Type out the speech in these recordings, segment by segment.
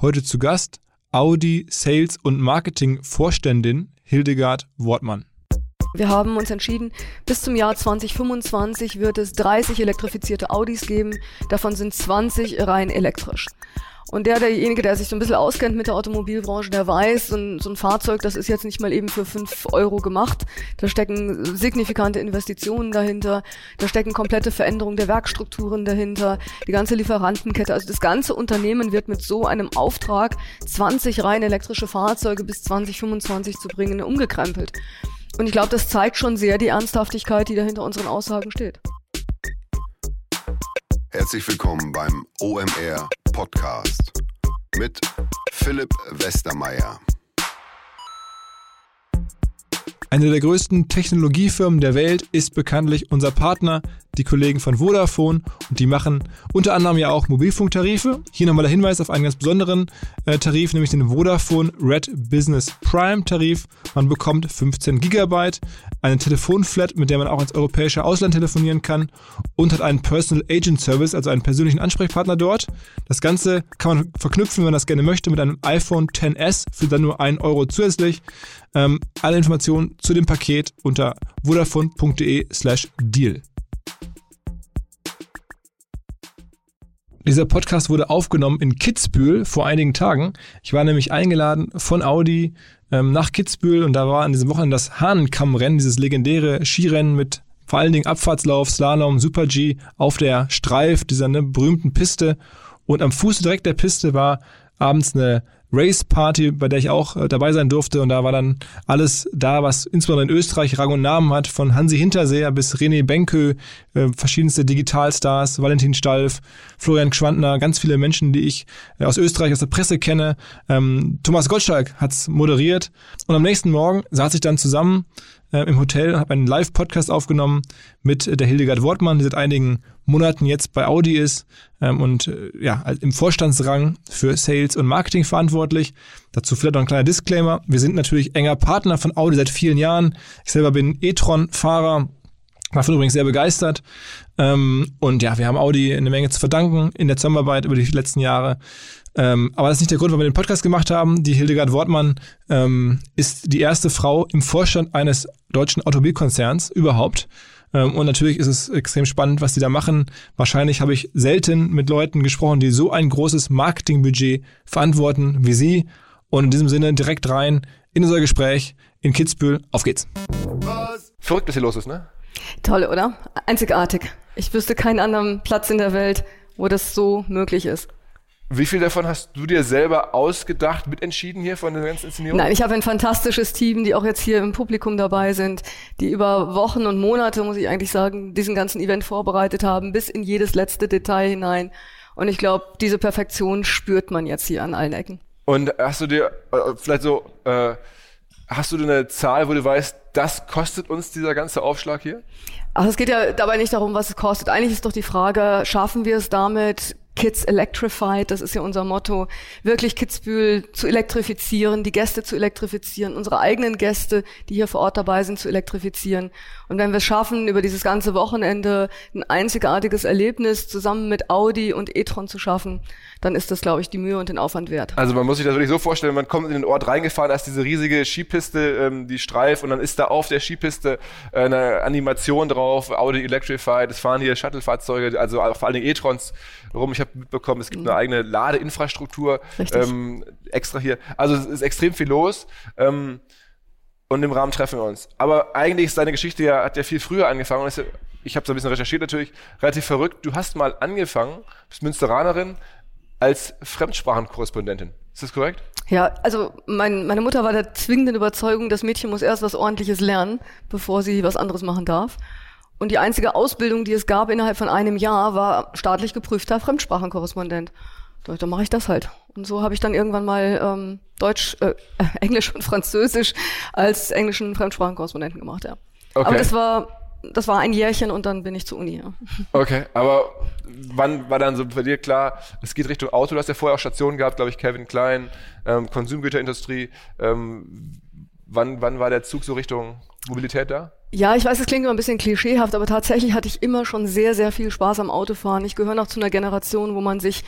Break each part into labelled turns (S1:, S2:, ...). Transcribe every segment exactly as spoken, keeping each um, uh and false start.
S1: Heute zu Gast Audi Sales- und Marketing-Vorständin Hildegard Wortmann.
S2: Wir haben uns entschieden, bis zum Jahr zwanzig fünfundzwanzig wird es dreißig elektrifizierte Audis geben, davon sind zwanzig rein elektrisch. Und der, derjenige, der sich so ein bisschen auskennt mit der Automobilbranche, der weiß, so ein, so ein Fahrzeug, das ist jetzt nicht mal eben für fünf Euro gemacht. Da stecken signifikante Investitionen dahinter, da stecken komplette Veränderungen der Werkstrukturen dahinter, die ganze Lieferantenkette. Also das ganze Unternehmen wird mit so einem Auftrag, zwanzig rein elektrische Fahrzeuge bis zwanzig fünfundzwanzig zu bringen, umgekrempelt. Und ich glaube, das zeigt schon sehr die Ernsthaftigkeit, die da hinter unseren Aussagen steht.
S3: Herzlich willkommen beim O M R Podcast mit Philipp Westermeier.
S1: Eine der größten Technologiefirmen der Welt ist bekanntlich unser Partner, die Kollegen von Vodafone, und die machen unter anderem ja auch Mobilfunktarife. Hier nochmal der Hinweis auf einen ganz besonderen äh, Tarif, nämlich den Vodafone Red Business Prime Tarif. Man bekommt fünfzehn Gigabyte, eine Telefonflat, mit der man auch ins europäische Ausland telefonieren kann, und hat einen Personal Agent Service, also einen persönlichen Ansprechpartner dort. Das Ganze kann man verknüpfen, wenn man das gerne möchte, mit einem iPhone X S für dann nur einen Euro zusätzlich. Ähm, alle Informationen zu dem Paket unter vodafone.de slash deal. Dieser Podcast wurde aufgenommen in Kitzbühel vor einigen Tagen. Ich war nämlich eingeladen von Audi ähm, nach Kitzbühel, und da war an diesem Wochenende das Hahnenkammrennen, dieses legendäre Skirennen mit vor allen Dingen Abfahrtslauf, Slalom, Super-G auf der Streif, dieser ne, berühmten Piste. Und am Fuße direkt der Piste war abends eine Race-Party, bei der ich auch äh, dabei sein durfte, und da war dann alles da, was insbesondere in Österreich Rang und Namen hat, von Hansi Hinterseher bis René Benkö, äh, verschiedenste Digitalstars, Valentin Stalf, Florian Gschwandner, ganz viele Menschen, die ich äh, aus Österreich, aus der Presse kenne. Ähm, Thomas Gottschalk hat's moderiert, und am nächsten Morgen saß ich dann zusammen äh, im Hotel und habe einen Live-Podcast aufgenommen mit äh, der Hildegard Wortmann, die seit einigen Monaten jetzt bei Audi ist ähm, und äh, ja im Vorstandsrang für Sales und Marketing verantwortlich. Dazu vielleicht noch ein kleiner Disclaimer. Wir sind natürlich enger Partner von Audi seit vielen Jahren. Ich selber bin e-tron-Fahrer, davon übrigens sehr begeistert. Ähm, und ja, wir haben Audi eine Menge zu verdanken in der Zusammenarbeit über die letzten Jahre. Ähm, aber das ist nicht der Grund, warum wir den Podcast gemacht haben. Die Hildegard Wortmann ähm, ist die erste Frau im Vorstand eines deutschen Automobilkonzerns überhaupt. Und natürlich ist es extrem spannend, was die da machen. Wahrscheinlich habe ich selten mit Leuten gesprochen, die so ein großes Marketingbudget verantworten wie sie. Und in diesem Sinne direkt rein in unser Gespräch in Kitzbühel. Auf geht's.
S4: Was? Verrückt, was hier los ist, ne?
S2: Toll, oder? Einzigartig. Ich wüsste keinen anderen Platz in der Welt, wo das so möglich ist.
S4: Wie viel davon hast du dir selber ausgedacht, mitentschieden hier von der ganzen Inszenierung?
S2: Nein, ich habe ein fantastisches Team, die auch jetzt hier im Publikum dabei sind, die über Wochen und Monate, muss ich eigentlich sagen, diesen ganzen Event vorbereitet haben, bis in jedes letzte Detail hinein. Und ich glaube, diese Perfektion spürt man jetzt hier an allen Ecken.
S4: Und hast du dir äh, vielleicht so, äh, hast du eine Zahl, wo du weißt, das kostet uns dieser ganze Aufschlag hier?
S2: Ach, es geht ja dabei nicht darum, was es kostet. Eigentlich ist doch die Frage, schaffen wir es damit, Kids Electrified, das ist ja unser Motto, wirklich Kitzbühel zu elektrifizieren, die Gäste zu elektrifizieren, unsere eigenen Gäste, die hier vor Ort dabei sind, zu elektrifizieren. Und wenn wir es schaffen, über dieses ganze Wochenende ein einzigartiges Erlebnis zusammen mit Audi und e-tron zu schaffen, dann ist das, glaube ich, die Mühe und den Aufwand wert.
S4: Also man muss sich das wirklich so vorstellen, man kommt in den Ort reingefahren, da ist diese riesige Skipiste, ähm, die Streif, und dann ist da auf der Skipiste äh, eine Animation drauf, Audi Electrified, es fahren hier Shuttle-Fahrzeuge, also vor allen Dingen e-trons rum. Ich habe mitbekommen, es gibt mhm. eine eigene Ladeinfrastruktur ähm, extra hier. Also es ist extrem viel los. Ähm, und im Rahmen treffen wir uns. Aber eigentlich ist deine Geschichte ja, hat ja viel früher angefangen. Und ist ja, ich habe so ein bisschen recherchiert natürlich, relativ verrückt. Du hast mal angefangen, bist Münsteranerin, als Fremdsprachenkorrespondentin. Ist das korrekt?
S2: Ja, also mein, meine Mutter war der zwingenden Überzeugung, das Mädchen muss erst was Ordentliches lernen, bevor sie was anderes machen darf. Und die einzige Ausbildung, die es gab innerhalb von einem Jahr, war staatlich geprüfter Fremdsprachenkorrespondent. Da, da mache ich das halt. Und so habe ich dann irgendwann mal ähm, Deutsch, äh, Englisch und Französisch als englischen Fremdsprachenkorrespondenten gemacht, ja. Okay. Aber das war das war ein Jährchen und dann bin ich zur Uni, ja.
S4: Okay, aber wann war dann so bei dir klar, es geht Richtung Auto? Du hast ja vorher auch Stationen gehabt, glaube ich, Calvin Klein, ähm, Konsumgüterindustrie. Ähm, wann, wann war der Zug so Richtung Mobilität da?
S2: Ja, ich weiß, es klingt immer ein bisschen klischeehaft, aber tatsächlich hatte ich immer schon sehr, sehr viel Spaß am Autofahren. Ich gehöre noch zu einer Generation, wo man sich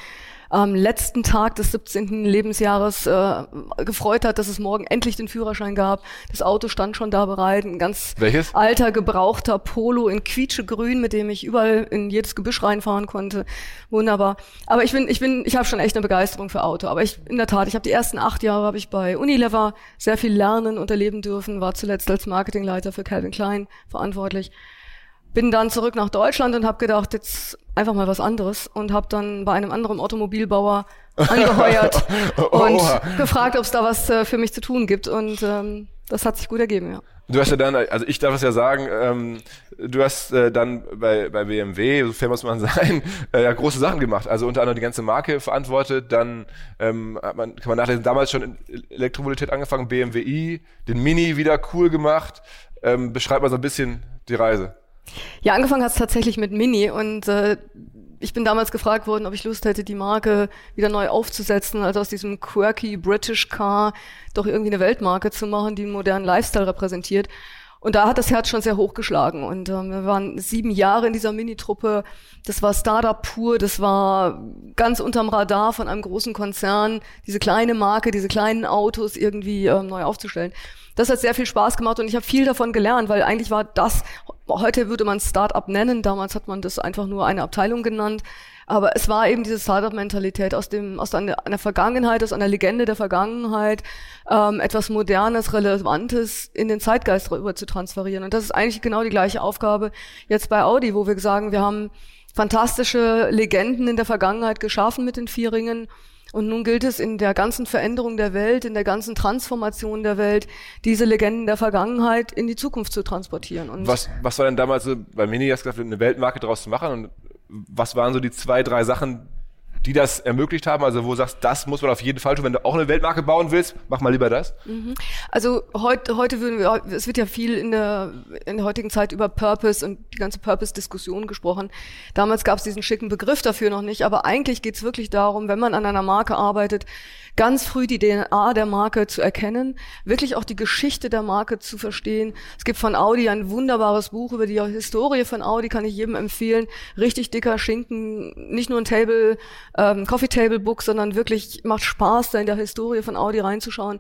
S2: am letzten Tag des siebzehnten Lebensjahres äh, gefreut hat, dass es morgen endlich den Führerschein gab. Das Auto stand schon da bereit, ein ganz
S4: Welches?
S2: alter, gebrauchter Polo in quietschegrün, mit dem ich überall in jedes Gebüsch reinfahren konnte. Wunderbar. Aber ich bin, ich bin, ich habe schon echt eine Begeisterung für Auto. Aber ich, in der Tat, ich habe die ersten acht Jahre habe ich bei Unilever sehr viel lernen und erleben dürfen, war zuletzt als Marketingleiter für Calvin Klein verantwortlich. Bin dann zurück nach Deutschland und habe gedacht, jetzt einfach mal was anderes und habe dann bei einem anderen Automobilbauer angeheuert und
S4: Oha.
S2: gefragt, ob es da was äh, für mich zu tun gibt. Und ähm, das hat sich gut ergeben, ja.
S4: Du hast ja dann, also ich darf es ja sagen, ähm, du hast äh, dann bei, bei B M W, so fair muss man sein, äh, ja, große Sachen gemacht. Also unter anderem die ganze Marke verantwortet, dann ähm, hat man, kann man nachlesen, damals schon in Elektromobilität angefangen, B M W i, den Mini wieder cool gemacht. Ähm, beschreib mal so ein bisschen die Reise.
S2: Ja, angefangen hat es tatsächlich mit Mini und äh, ich bin damals gefragt worden, ob ich Lust hätte, die Marke wieder neu aufzusetzen, also aus diesem quirky British Car doch irgendwie eine Weltmarke zu machen, die einen modernen Lifestyle repräsentiert. Und da hat das Herz schon sehr hochgeschlagen und ähm, wir waren sieben Jahre in dieser Mini-Truppe. Das war Startup pur, das war ganz unterm Radar von einem großen Konzern, diese kleine Marke, diese kleinen Autos irgendwie ähm, neu aufzustellen. Das hat sehr viel Spaß gemacht und ich habe viel davon gelernt, weil eigentlich war das, heute würde man es Start-up nennen, damals hat man das einfach nur eine Abteilung genannt, aber es war eben diese Start-up-Mentalität aus dem aus einer, einer Vergangenheit, aus einer Legende der Vergangenheit, ähm, etwas Modernes, Relevantes in den Zeitgeist rüber zu transferieren. Und das ist eigentlich genau die gleiche Aufgabe jetzt bei Audi, wo wir sagen, wir haben fantastische Legenden in der Vergangenheit geschaffen mit den vier Ringen. Und nun gilt es in der ganzen Veränderung der Welt, in der ganzen Transformation der Welt, diese Legenden der Vergangenheit in die Zukunft zu transportieren. Und
S4: Was, was war denn damals so, bei Mini hast du gesagt, eine Weltmarke draus zu machen? Und was waren so die zwei, drei Sachen, die das ermöglicht haben? Also wo du sagst, das muss man auf jeden Fall tun, wenn du auch eine Weltmarke bauen willst, mach mal lieber das.
S2: Also heute, heute würden wir, es wird ja viel in der, in der heutigen Zeit über Purpose und die ganze Purpose-Diskussion gesprochen. Damals gab es diesen schicken Begriff dafür noch nicht, aber eigentlich geht es wirklich darum, wenn man an einer Marke arbeitet, ganz früh die D N A der Marke zu erkennen, wirklich auch die Geschichte der Marke zu verstehen. Es gibt von Audi ein wunderbares Buch über die Historie von Audi, kann ich jedem empfehlen. Richtig dicker Schinken, nicht nur ein Table, ähm, Coffee Table Book, sondern wirklich macht Spaß, da in der Historie von Audi reinzuschauen.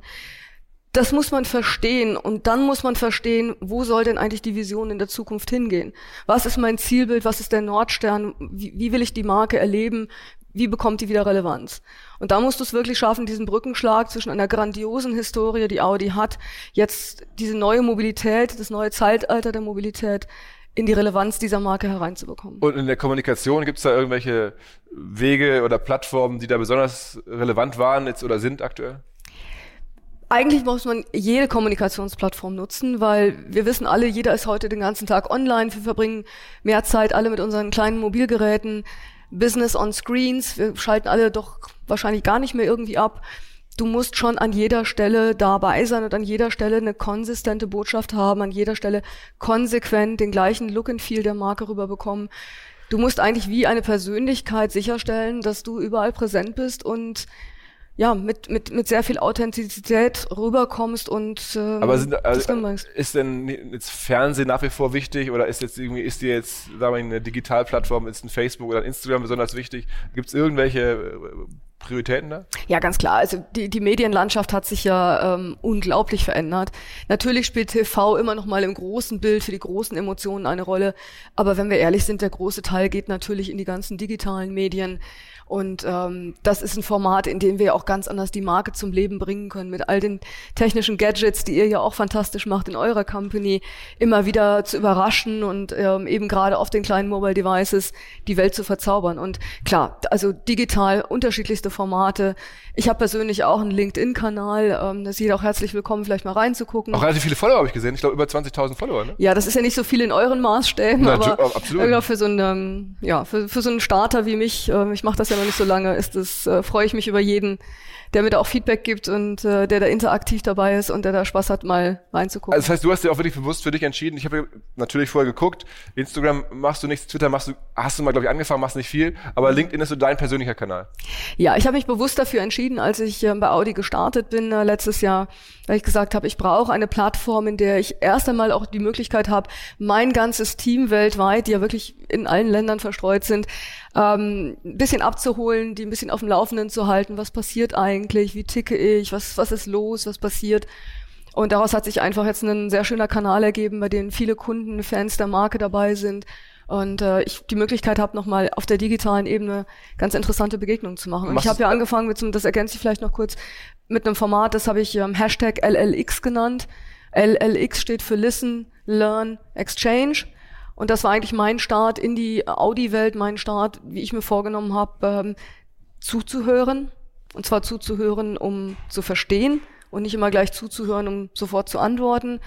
S2: Das muss man verstehen und dann muss man verstehen, wo soll denn eigentlich die Vision in der Zukunft hingehen? Was ist mein Zielbild? Was ist der Nordstern? Wie, wie will ich die Marke erleben? Wie bekommt die wieder Relevanz? Und da musst du es wirklich schaffen, diesen Brückenschlag zwischen einer grandiosen Historie, die Audi hat, jetzt diese neue Mobilität, das neue Zeitalter der Mobilität in die Relevanz dieser Marke hereinzubekommen.
S4: Und in der Kommunikation gibt es da irgendwelche Wege oder Plattformen, die da besonders relevant waren jetzt oder sind aktuell?
S2: Eigentlich muss man jede Kommunikationsplattform nutzen, weil wir wissen alle, jeder ist heute den ganzen Tag online. Wir verbringen mehr Zeit alle mit unseren kleinen Mobilgeräten. Business on Screens, wir schalten alle doch wahrscheinlich gar nicht mehr irgendwie ab. Du musst schon an jeder Stelle dabei sein und an jeder Stelle eine konsistente Botschaft haben, an jeder Stelle konsequent den gleichen Look and Feel der Marke rüberbekommen. Du musst eigentlich wie eine Persönlichkeit sicherstellen, dass du überall präsent bist und ja, mit, mit, mit sehr viel Authentizität rüberkommst und ähm,
S4: Aber sind, also,
S2: das
S4: ist denn jetzt Fernsehen nach wie vor wichtig oder ist jetzt irgendwie, ist dir jetzt, sagen wir mal, eine Digitalplattform, ist ein Facebook oder ein Instagram besonders wichtig? Gibt es irgendwelche Prioritäten da?
S2: Ja, ganz klar. Also die, die Medienlandschaft hat sich ja ähm, unglaublich verändert. Natürlich spielt T V immer noch mal im großen Bild für die großen Emotionen eine Rolle. Aber wenn wir ehrlich sind, der große Teil geht natürlich in die ganzen digitalen Medien. Und ähm, das ist ein Format, in dem wir auch ganz anders die Marke zum Leben bringen können, mit all den technischen Gadgets, die ihr ja auch fantastisch macht in eurer Company, immer wieder zu überraschen und ähm, eben gerade auf den kleinen Mobile Devices die Welt zu verzaubern. Und klar, also digital unterschiedlichste Formate. Ich habe persönlich auch einen LinkedIn-Kanal, ähm, da ist jeder auch herzlich willkommen, vielleicht mal reinzugucken.
S4: Auch relativ viele Follower habe ich gesehen, ich glaube über zwanzigtausend Follower, ne?
S2: Ja, das ist ja nicht so viel in euren Maßstäben,
S4: Na,
S2: aber
S4: absolut.
S2: für so einen, ähm, ja, für, für so einen Starter wie mich, äh, ich mache das ja noch nicht so lange, ist es, äh, freue ich mich über jeden, der mir da auch Feedback gibt und äh, der da interaktiv dabei ist und der da Spaß hat, mal reinzugucken.
S4: Also das heißt, du hast dir auch wirklich bewusst für dich entschieden. Ich habe natürlich vorher geguckt, Instagram machst du nichts, Twitter machst du, hast du mal, glaube ich, angefangen, machst nicht viel, aber LinkedIn ist so dein persönlicher Kanal.
S2: Ja, ich habe mich bewusst dafür entschieden, als ich äh, bei Audi gestartet bin äh, letztes Jahr, weil ich gesagt habe, ich brauche eine Plattform, in der ich erst einmal auch die Möglichkeit habe, mein ganzes Team weltweit, die ja wirklich in allen Ländern verstreut sind, ähm, ein bisschen abzuholen abzuholen, die ein bisschen auf dem Laufenden zu halten. Was passiert eigentlich? Wie ticke ich? Was, was ist los? Was passiert? Und daraus hat sich einfach jetzt ein sehr schöner Kanal ergeben, bei dem viele Kunden, Fans der Marke dabei sind. Und äh, ich die Möglichkeit habe, nochmal auf der digitalen Ebene ganz interessante Begegnungen zu machen. Und ich habe ja angefangen mit so, das ergänze ich vielleicht noch kurz, mit einem Format, das habe ich ähm, Hashtag L L X genannt. L L X steht für Listen, Learn, Exchange. Und das war eigentlich mein Start in die Audi-Welt, mein Start, wie ich mir vorgenommen habe, ähm, zuzuhören. Und zwar zuzuhören, um zu verstehen und nicht immer gleich zuzuhören, um sofort zu antworten.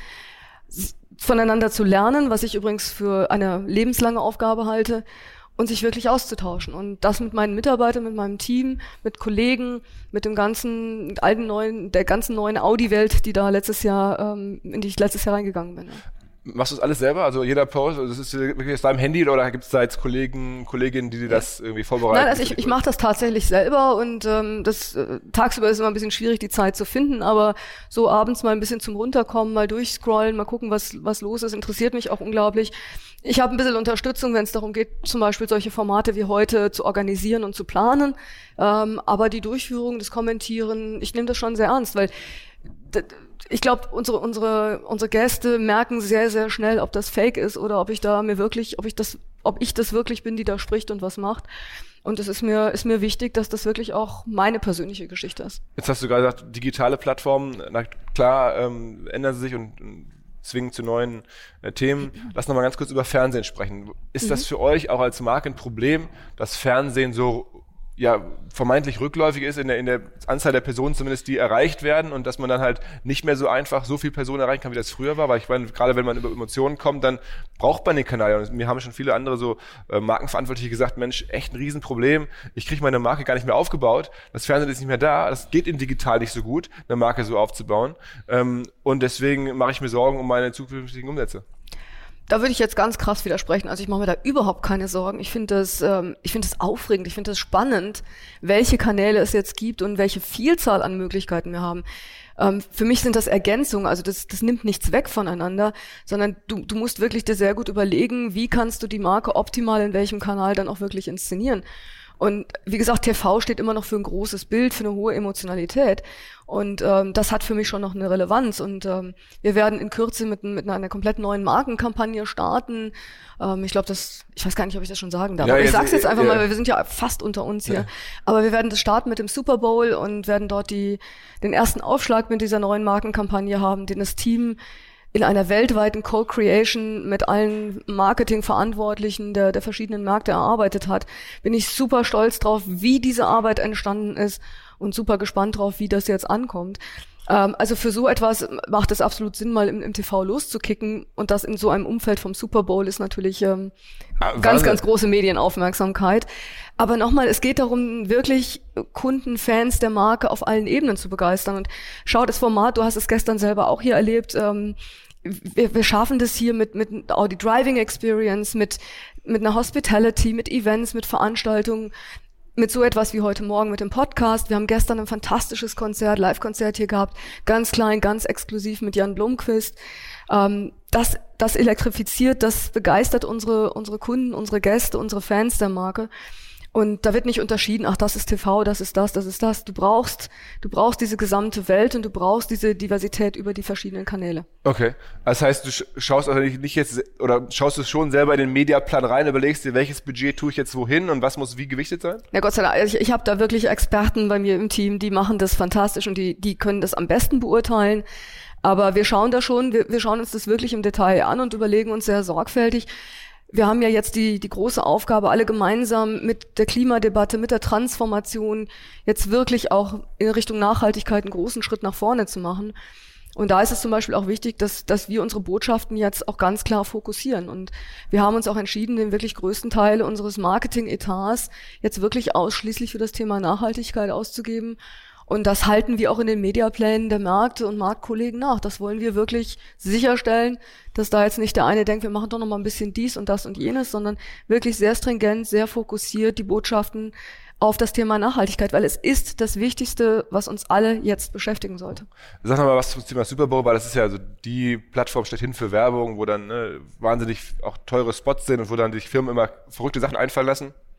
S2: Voneinander zu lernen, was ich übrigens für eine lebenslange Aufgabe halte, und sich wirklich auszutauschen. Und das mit meinen Mitarbeitern, mit meinem Team, mit Kollegen, mit dem ganzen alten neuen, der ganzen neuen Audi-Welt, die da letztes Jahr, ähm, in die ich letztes Jahr reingegangen bin.
S4: Machst du das alles selber? Also jeder Post, also das ist wirklich aus deinem Handy oder gibt es da jetzt Kollegen, Kolleginnen, die dir das irgendwie vorbereiten?
S2: Nein, also ich, ich mache das tatsächlich selber und ähm, das äh, tagsüber ist immer ein bisschen schwierig, die Zeit zu finden, aber so abends mal ein bisschen zum Runterkommen, mal durchscrollen, mal gucken, was was los ist, interessiert mich auch unglaublich. Ich habe ein bisschen Unterstützung, wenn es darum geht, zum Beispiel solche Formate wie heute zu organisieren und zu planen, ähm, aber die Durchführung, das Kommentieren, ich nehme das schon sehr ernst, weil d- ich glaube, unsere unsere unsere Gäste merken sehr sehr schnell, ob das Fake ist oder ob ich da mir wirklich, ob ich das, ob ich das wirklich bin, die da spricht und was macht. Und es ist mir ist mir wichtig, dass das wirklich auch meine persönliche Geschichte ist.
S4: Jetzt hast du gerade gesagt, digitale Plattformen, na klar, ähm, ändern sie sich und, und zwingen zu neuen äh, Themen. Lass noch mal ganz kurz über Fernsehen sprechen. Ist mhm. das für euch auch als Marke ein Problem, dass Fernsehen so ja vermeintlich rückläufig ist in der, in der Anzahl der Personen zumindest, die erreicht werden und dass man dann halt nicht mehr so einfach so viele Personen erreichen kann, wie das früher war, weil ich meine, gerade wenn man über Emotionen kommt, dann braucht man den Kanal und mir haben schon viele andere so äh, Markenverantwortliche gesagt, Mensch, echt ein Riesenproblem, ich kriege meine Marke gar nicht mehr aufgebaut, das Fernsehen ist nicht mehr da, das geht in digital nicht so gut, eine Marke so aufzubauen ähm, und deswegen mache ich mir Sorgen um meine zukünftigen Umsätze.
S2: Da würde ich jetzt ganz krass widersprechen. Also ich mache mir da überhaupt keine Sorgen. Ich finde das, ähm, ich finde das aufregend, ich finde das spannend, welche Kanäle es jetzt gibt und welche Vielzahl an Möglichkeiten wir haben. Ähm, für mich sind das Ergänzungen, also das, das nimmt nichts weg voneinander, sondern du, du musst wirklich dir sehr gut überlegen, wie kannst du die Marke optimal in welchem Kanal dann auch wirklich inszenieren. Und wie gesagt, T V steht immer noch für ein großes Bild, für eine hohe Emotionalität. Und ähm, das hat für mich schon noch eine Relevanz. Und ähm, wir werden in Kürze mit, mit einer, einer komplett neuen Markenkampagne starten. Ähm, ich glaube, das, ich weiß gar nicht, ob ich das schon sagen darf. Ja, aber ich sag's jetzt einfach ja. mal, weil wir sind ja fast unter uns hier. Ja. Aber wir werden das starten mit dem Super Bowl und werden dort die den ersten Aufschlag mit dieser neuen Markenkampagne haben, den das Team in einer weltweiten Co-Creation mit allen Marketingverantwortlichen der, der verschiedenen Märkte erarbeitet hat. Bin ich super stolz drauf, wie diese Arbeit entstanden ist und super gespannt drauf, wie das jetzt ankommt. Ähm, also für so etwas macht es absolut Sinn, mal im, im T V loszukicken, und das in so einem Umfeld vom Super Bowl ist natürlich ähm, ah, ganz, ganz große Medienaufmerksamkeit. Aber nochmal, es geht darum, wirklich Kunden, Fans der Marke auf allen Ebenen zu begeistern. Und schau das Format, du hast es gestern selber auch hier erlebt, ähm, wir, wir schaffen das hier mit, mit Audi Driving Experience, mit, mit einer Hospitality, mit Events, mit Veranstaltungen, mit so etwas wie heute Morgen mit dem Podcast. Wir haben gestern ein fantastisches Konzert, Live-Konzert hier gehabt, ganz klein, ganz exklusiv mit Jan Blomqvist. Ähm, das, das elektrifiziert, das begeistert unsere, unsere Kunden, unsere Gäste, unsere Fans der Marke. Und da wird nicht unterschieden, ach, das ist T V, das ist das, das ist das. Du brauchst, du brauchst diese gesamte Welt und du brauchst diese Diversität über die verschiedenen Kanäle. Okay.
S4: Das heißt, du schaust also nicht jetzt, oder schaust du schon selber in den Mediaplan rein, überlegst dir, welches Budget tue ich jetzt wohin und was muss wie gewichtet sein?
S2: Ja, Gott sei Dank. Ich, ich habe da wirklich Experten bei mir im Team, die machen das fantastisch und die, die können das am besten beurteilen. Aber wir schauen da schon, wir, wir schauen uns das wirklich im Detail an und überlegen uns sehr sorgfältig. Wir haben ja jetzt die, die große Aufgabe, alle gemeinsam mit der Klimadebatte, mit der Transformation jetzt wirklich auch in Richtung Nachhaltigkeit einen großen Schritt nach vorne zu machen. Und da ist es zum Beispiel auch wichtig, dass, dass wir unsere Botschaften jetzt auch ganz klar fokussieren. Und wir haben uns auch entschieden, den wirklich größten Teil unseres Marketing-Etats jetzt wirklich ausschließlich für das Thema Nachhaltigkeit auszugeben. Und das halten wir auch in den Mediaplänen der Märkte und Marktkollegen nach. Das wollen wir wirklich sicherstellen, dass da jetzt nicht der eine denkt, wir machen doch noch mal ein bisschen dies und das und jenes, sondern wirklich sehr stringent, sehr fokussiert die Botschaften auf das Thema Nachhaltigkeit, weil es ist das Wichtigste, was uns alle jetzt beschäftigen sollte.
S4: Sag noch mal was zum Thema Super Bowl, weil das ist ja also die Plattform schlechthin für Werbung, wo dann ne, wahnsinnig auch teure Spots sind und wo dann sich Firmen immer verrückte Sachen einfallen lassen.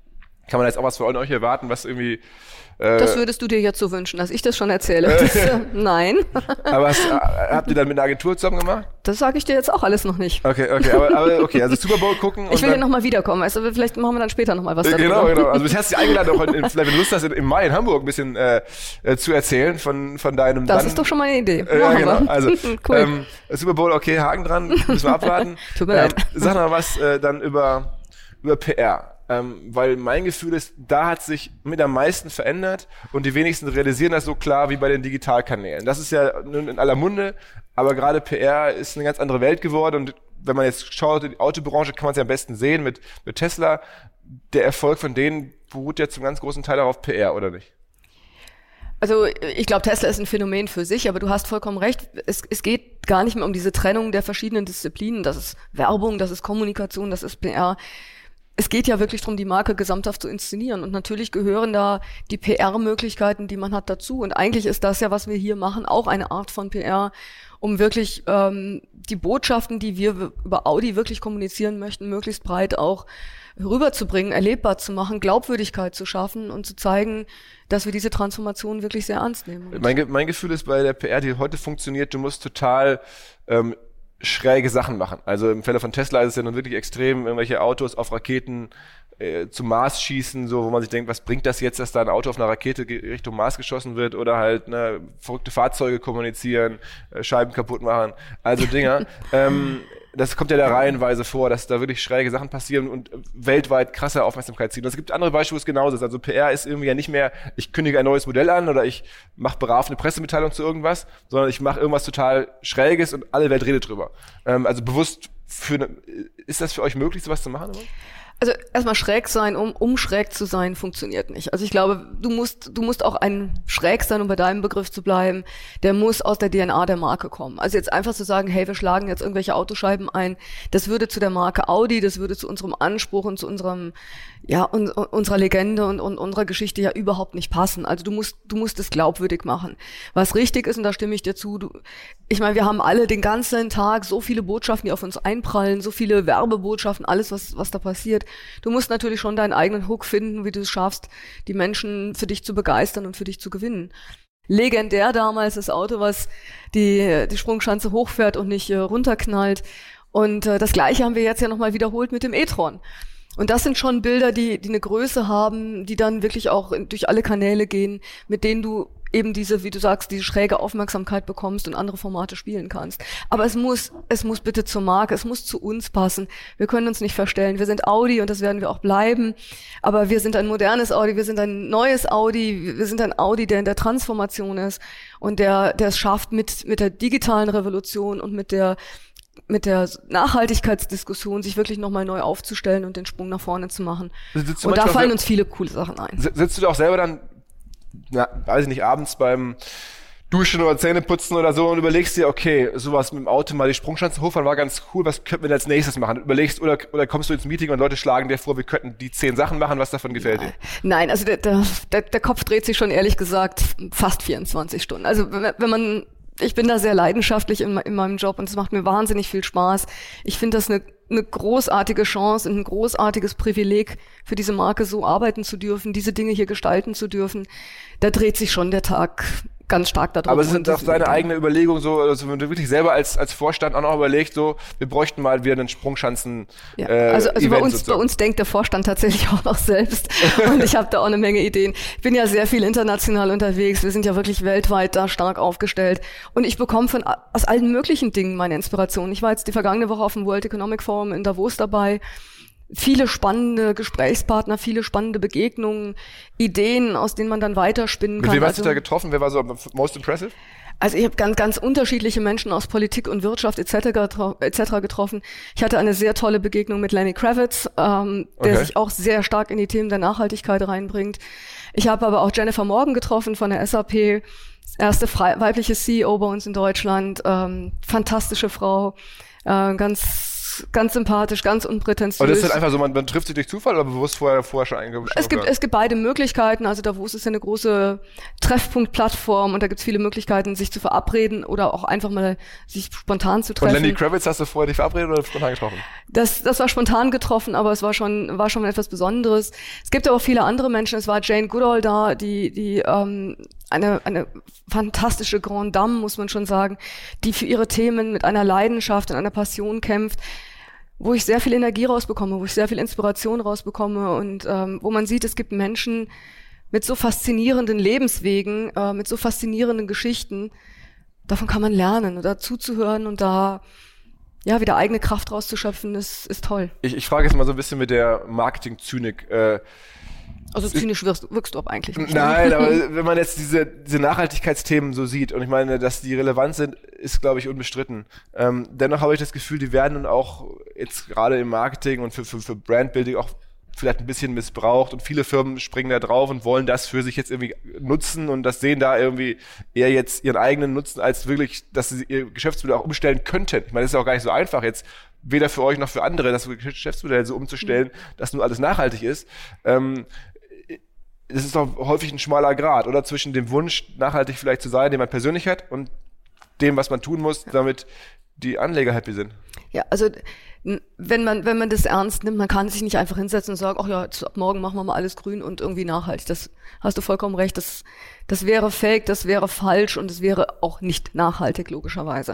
S4: Kann man jetzt auch was von euch erwarten, was irgendwie... Äh,
S2: das würdest du dir jetzt so wünschen, dass ich das schon erzähle. Das, äh, nein.
S4: Aber hast, habt ihr dann mit einer Agentur zusammen gemacht?
S2: Das sage ich dir jetzt auch alles noch nicht.
S4: Okay, okay, aber, aber okay, also Super Bowl gucken.
S2: Ich will ja nochmal wiederkommen, also vielleicht machen wir dann später nochmal was darüber.
S4: Genau, genau. Also du hast dich eingeladen, auch in, vielleicht wenn du Lust hast, im Mai in Hamburg ein bisschen äh, zu erzählen von, von deinem...
S2: Das
S4: dann,
S2: ist doch schon mal eine Idee.
S4: Äh, ja, genau. Also
S2: cool.
S4: ähm, Super Bowl, okay, Haken dran, müssen wir abwarten.
S2: Tut mir leid.
S4: Ähm, sag mal was äh, dann über, über P R. Ähm, weil mein Gefühl ist, da hat sich mit am meisten verändert und die wenigsten realisieren das so klar wie bei den Digitalkanälen. Das ist ja nun in aller Munde, aber gerade P R ist eine ganz andere Welt geworden und wenn man jetzt schaut, die Autobranche kann man es ja am besten sehen mit, mit Tesla. Der Erfolg von denen beruht ja zum ganz großen Teil auch auf P R, oder nicht?
S2: Also ich glaube, Tesla ist ein Phänomen für sich, aber du hast vollkommen recht. Es, es geht gar nicht mehr um diese Trennung der verschiedenen Disziplinen. Das ist Werbung, das ist Kommunikation, das ist P R. Es geht ja wirklich darum, die Marke gesamthaft zu inszenieren. Und natürlich gehören da die P R-Möglichkeiten, die man hat, dazu. Und eigentlich ist das ja, was wir hier machen, auch eine Art von P R, um wirklich ähm, die Botschaften, die wir über Audi wirklich kommunizieren möchten, möglichst breit auch rüberzubringen, erlebbar zu machen, Glaubwürdigkeit zu schaffen und zu zeigen, dass wir diese Transformation wirklich sehr ernst nehmen.
S4: Mein, Ge- mein Gefühl ist bei der P R, die heute funktioniert, du musst total... Ähm, schräge Sachen machen. Also im Falle von Tesla ist es ja nun wirklich extrem, irgendwelche Autos auf Raketen äh, zum Mars schießen, so wo man sich denkt, was bringt das jetzt, dass da ein Auto auf einer Rakete Richtung Mars geschossen wird oder halt ne, verrückte Fahrzeuge kommunizieren, äh, Scheiben kaputt machen, also Dinger. ähm, das kommt ja da reihenweise vor, dass da wirklich schräge Sachen passieren und weltweit krasse Aufmerksamkeit ziehen. Und es gibt andere Beispiele, wo es genauso ist. Also P R ist irgendwie ja nicht mehr, ich kündige ein neues Modell an oder ich mache brav eine Pressemitteilung zu irgendwas, sondern ich mache irgendwas total Schräges und alle Welt redet drüber. Ähm, also bewusst für eine, ist das für euch möglich, sowas zu machen? Oder?
S2: Also erstmal schräg sein, um, um schräg zu sein, funktioniert nicht. Also ich glaube, du musst, du musst auch ein schräg sein, um bei deinem Begriff zu bleiben. Der muss aus der D N A der Marke kommen. Also jetzt einfach zu sagen, hey, wir schlagen jetzt irgendwelche Autoscheiben ein, das würde zu der Marke Audi, das würde zu unserem Anspruch und zu unserem, ja, un, unserer Legende und, und unserer Geschichte ja überhaupt nicht passen. Also du musst, du musst es glaubwürdig machen. Was richtig ist, und da stimme ich dir zu, du, ich meine, wir haben alle den ganzen Tag so viele Botschaften, die auf uns einprallen, so viele Werbebotschaften, alles, was, was da passiert. Du musst natürlich schon deinen eigenen Hook finden, wie du es schaffst, die Menschen für dich zu begeistern und für dich zu gewinnen. Legendär damals das Auto, was die, die Sprungschanze hochfährt und nicht äh, runterknallt. Und äh, das Gleiche haben wir jetzt ja nochmal wiederholt mit dem e-tron. Und das sind schon Bilder, die, die eine Größe haben, die dann wirklich auch in, durch alle Kanäle gehen, mit denen du eben diese, wie du sagst, diese schräge Aufmerksamkeit bekommst und andere Formate spielen kannst. Aber es muss, es muss bitte zur Marke, es muss zu uns passen. Wir können uns nicht verstellen. Wir sind Audi und das werden wir auch bleiben. Aber wir sind ein modernes Audi, wir sind ein neues Audi, wir sind ein Audi, der in der Transformation ist und der, der es schafft, mit, mit der digitalen Revolution und mit der, mit der Nachhaltigkeitsdiskussion sich wirklich nochmal neu aufzustellen und den Sprung nach vorne zu machen. Und da fallen uns viele coole Sachen ein.
S4: Sitzt du da auch selber dann, na, weiß ich nicht, abends beim Duschen oder Zähneputzen oder so und überlegst dir, okay, sowas mit dem Auto mal die Sprungschanze hochfahren war ganz cool, was könnten wir denn als nächstes machen? Überlegst, oder, oder kommst du ins Meeting und Leute schlagen dir vor, wir könnten die zehn Sachen machen, was davon gefällt dir?
S2: Nein, also der, der, der Kopf dreht sich schon ehrlich gesagt fast vierundzwanzig Stunden. Also wenn man, ich bin da sehr leidenschaftlich in, in meinem Job und es macht mir wahnsinnig viel Spaß. Ich finde das eine, eine großartige Chance und ein großartiges Privileg, für diese Marke so arbeiten zu dürfen, diese Dinge hier gestalten zu dürfen. Da dreht sich schon der Tag ganz stark darum.
S4: Aber es sind auch seine eigene Überlegung, so, also wenn du wirklich selber als, als Vorstand auch noch überlegst, so, wir bräuchten mal wieder einen Sprungschanzen,
S2: ja,
S4: äh,
S2: also, also
S4: Event
S2: bei uns,
S4: sozusagen.
S2: bei uns denkt der Vorstand tatsächlich auch noch selbst und ich habe da auch eine Menge Ideen. Ich bin ja sehr viel international unterwegs, wir sind ja wirklich weltweit da stark aufgestellt und ich bekomme von aus allen möglichen Dingen meine Inspiration. Ich war jetzt die vergangene Woche auf dem World Economic Forum in Davos dabei. Viele spannende Gesprächspartner, viele spannende Begegnungen, Ideen, aus denen man dann weiterspinnen kann.
S4: Mit wem hast
S2: also,
S4: du da getroffen? Wer war so most impressive?
S2: Also ich habe ganz, ganz unterschiedliche Menschen aus Politik und Wirtschaft et cetera et cetera getroffen. Ich hatte eine sehr tolle Begegnung mit Lenny Kravitz, ähm, der
S4: Okay.
S2: sich auch sehr stark in die Themen der Nachhaltigkeit reinbringt. Ich habe aber auch Jennifer Morgan getroffen von der S A P, erste frei, weibliche C E O bei uns in Deutschland, ähm, fantastische Frau, äh, ganz ganz, ganz sympathisch, ganz unprätentiös.
S4: Und das ist halt einfach so, man, man trifft sich durch Zufall oder bewusst vorher, vorher schon eingeschrieben?
S2: Es gibt, es gibt beide Möglichkeiten. Also Davos ist ja eine große Treffpunktplattform und da gibt es viele Möglichkeiten, sich zu verabreden oder auch einfach mal sich spontan zu treffen.
S4: Und Lenny Kravitz hast du vorher dich verabredet oder spontan getroffen?
S2: Das, das war spontan getroffen, aber es war schon, war schon etwas Besonderes. Es gibt aber auch viele andere Menschen. Es war Jane Goodall da, die, die, ähm, eine, eine fantastische Grande Dame, muss man schon sagen, die für ihre Themen mit einer Leidenschaft und einer Passion kämpft, wo ich sehr viel Energie rausbekomme, wo ich sehr viel Inspiration rausbekomme und ähm, wo man sieht, es gibt Menschen mit so faszinierenden Lebenswegen, äh, mit so faszinierenden Geschichten. Davon kann man lernen und da zuzuhören und da ja wieder eigene Kraft rauszuschöpfen, ist, ist toll.
S4: Ich, ich frage jetzt mal so ein bisschen mit der Marketing-Zynik. Äh,
S2: Also zynisch wirkst, wirkst du aber eigentlich nicht.
S4: Nein, aber wenn man jetzt diese, diese Nachhaltigkeitsthemen so sieht, und ich meine, dass die relevant sind, ist, glaube ich, unbestritten. Ähm, dennoch habe ich das Gefühl, die werden dann auch jetzt gerade im Marketing und für, für, für Brandbuilding auch vielleicht ein bisschen missbraucht und viele Firmen springen da drauf und wollen das für sich jetzt irgendwie nutzen und das sehen da irgendwie eher jetzt ihren eigenen Nutzen, als wirklich, dass sie ihr Geschäftsmodell auch umstellen könnten. Ich meine, das ist auch gar nicht so einfach jetzt, weder für euch noch für andere, das Geschäftsmodell so umzustellen, mhm. dass nur alles nachhaltig ist. Ähm, Das ist doch häufig ein schmaler Grat, oder? Zwischen dem Wunsch, nachhaltig vielleicht zu sein, den man persönlich hat, und dem, was man tun muss, damit die Anleger happy sind.
S2: Ja, also wenn man wenn man das ernst nimmt, man kann sich nicht einfach hinsetzen und sagen, ach ja, ab morgen machen wir mal alles grün und irgendwie nachhaltig. Das hast du vollkommen recht. Das das wäre fake, das wäre falsch und es wäre auch nicht nachhaltig, logischerweise.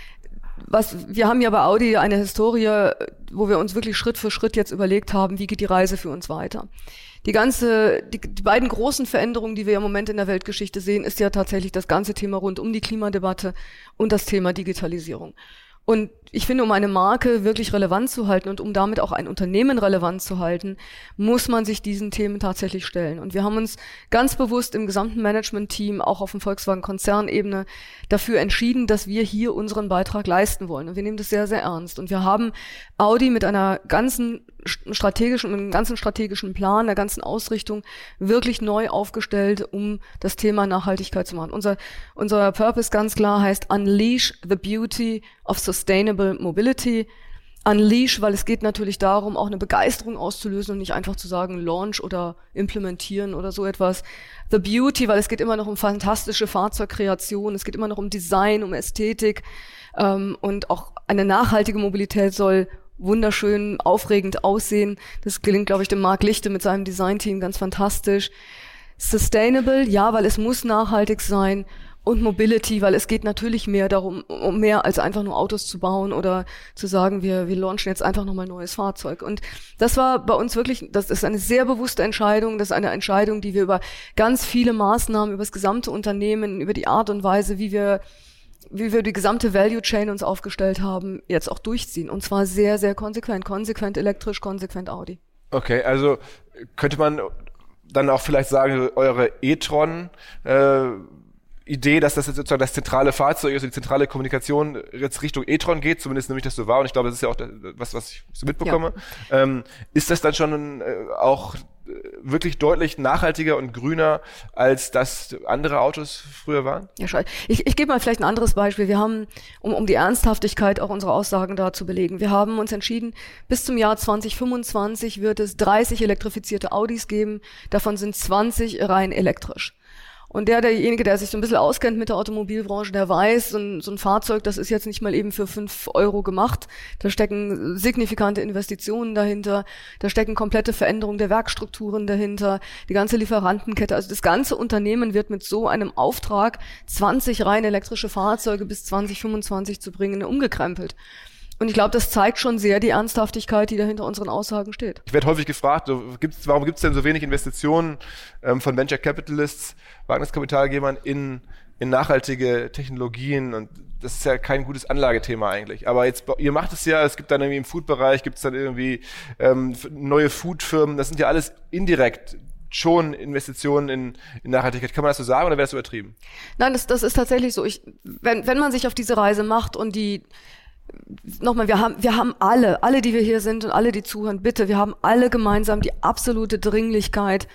S2: Was, wir haben ja bei Audi eine Historie, wo wir uns wirklich Schritt für Schritt jetzt überlegt haben, wie geht die Reise für uns weiter. Die ganze, die, die beiden großen Veränderungen, die wir im Moment in der Weltgeschichte sehen, ist ja tatsächlich das ganze Thema rund um die Klimadebatte und das Thema Digitalisierung. Und ich finde, um eine Marke wirklich relevant zu halten und um damit auch ein Unternehmen relevant zu halten, muss man sich diesen Themen tatsächlich stellen. Und wir haben uns ganz bewusst im gesamten Management-Team, auch auf dem Volkswagen-Konzernebene, dafür entschieden, dass wir hier unseren Beitrag leisten wollen. Und wir nehmen das sehr, sehr ernst. Und wir haben Audi mit einer ganzen strategischen, mit einem ganzen strategischen Plan, der ganzen Ausrichtung wirklich neu aufgestellt, um das Thema Nachhaltigkeit zu machen. Unser, unser Purpose ganz klar heißt Unleash the Beauty of Sustainable Mobility. Unleash, weil es geht natürlich darum, auch eine Begeisterung auszulösen und nicht einfach zu sagen Launch oder implementieren oder so etwas. The Beauty, weil es geht immer noch um fantastische Fahrzeugkreation, es geht immer noch um Design, um Ästhetik, ähm, und auch eine nachhaltige Mobilität soll wunderschön, aufregend aussehen. Das gelingt, glaube ich, dem Marc Lichte mit seinem Designteam ganz fantastisch. Sustainable, ja, weil es muss nachhaltig sein. Und Mobility, weil es geht natürlich mehr darum, um mehr als einfach nur Autos zu bauen oder zu sagen, wir, wir launchen jetzt einfach nochmal ein neues Fahrzeug. Und das war bei uns wirklich, das ist eine sehr bewusste Entscheidung. Das ist eine Entscheidung, die wir über ganz viele Maßnahmen, über das gesamte Unternehmen, über die Art und Weise, wie wir wie wir die gesamte Value Chain uns aufgestellt haben, jetzt auch durchziehen. Und zwar sehr, sehr konsequent. Konsequent elektrisch, konsequent Audi.
S4: Okay, also könnte man dann auch vielleicht sagen, eure e-tron äh, Idee, dass das jetzt sozusagen das zentrale Fahrzeug ist, die zentrale Kommunikation jetzt Richtung e-tron geht, zumindest nämlich das so war, und ich glaube, das ist ja auch das, was, was ich so mitbekomme. Ja. Ähm, ist das dann schon äh, auch wirklich deutlich nachhaltiger und grüner, als das andere Autos früher waren?
S2: Ja, schade. Ich, ich gebe mal vielleicht ein anderes Beispiel. Wir haben, um, um die Ernsthaftigkeit auch unserer Aussagen da zu belegen, wir haben uns entschieden, bis zum Jahr zwanzig fünfundzwanzig wird es dreißig elektrifizierte Audis geben, davon sind zwanzig rein elektrisch. Und der, derjenige, der sich so ein bisschen auskennt mit der Automobilbranche, der weiß, so ein, so ein Fahrzeug, das ist jetzt nicht mal eben für fünf Euro gemacht. Da stecken signifikante Investitionen dahinter. Da stecken komplette Veränderungen der Werkstrukturen dahinter. Die ganze Lieferantenkette. Also das ganze Unternehmen wird mit so einem Auftrag, zwanzig rein elektrische Fahrzeuge bis zwanzig fünfundzwanzig zu bringen, umgekrempelt. Und ich glaube, das zeigt schon sehr die Ernsthaftigkeit, die da hinter unseren Aussagen steht.
S4: Ich werde häufig gefragt, so, gibt's, warum gibt es denn so wenig Investitionen ähm, von Venture Capitalists, Wagniskapitalgebern in, in nachhaltige Technologien? Und das ist ja kein gutes Anlagethema eigentlich. Aber jetzt, ihr macht es ja, es gibt dann irgendwie im Food-Bereich, gibt es dann irgendwie ähm, neue Food-Firmen, das sind ja alles indirekt schon Investitionen in, in Nachhaltigkeit. Kann man das so sagen oder wäre das übertrieben?
S2: Nein, das, das ist tatsächlich so. Ich, wenn, wenn man sich auf diese Reise macht und die Nochmal, wir haben, wir haben alle, alle, die wir hier sind und alle, die zuhören, bitte, wir haben alle gemeinsam die absolute Dringlichkeit,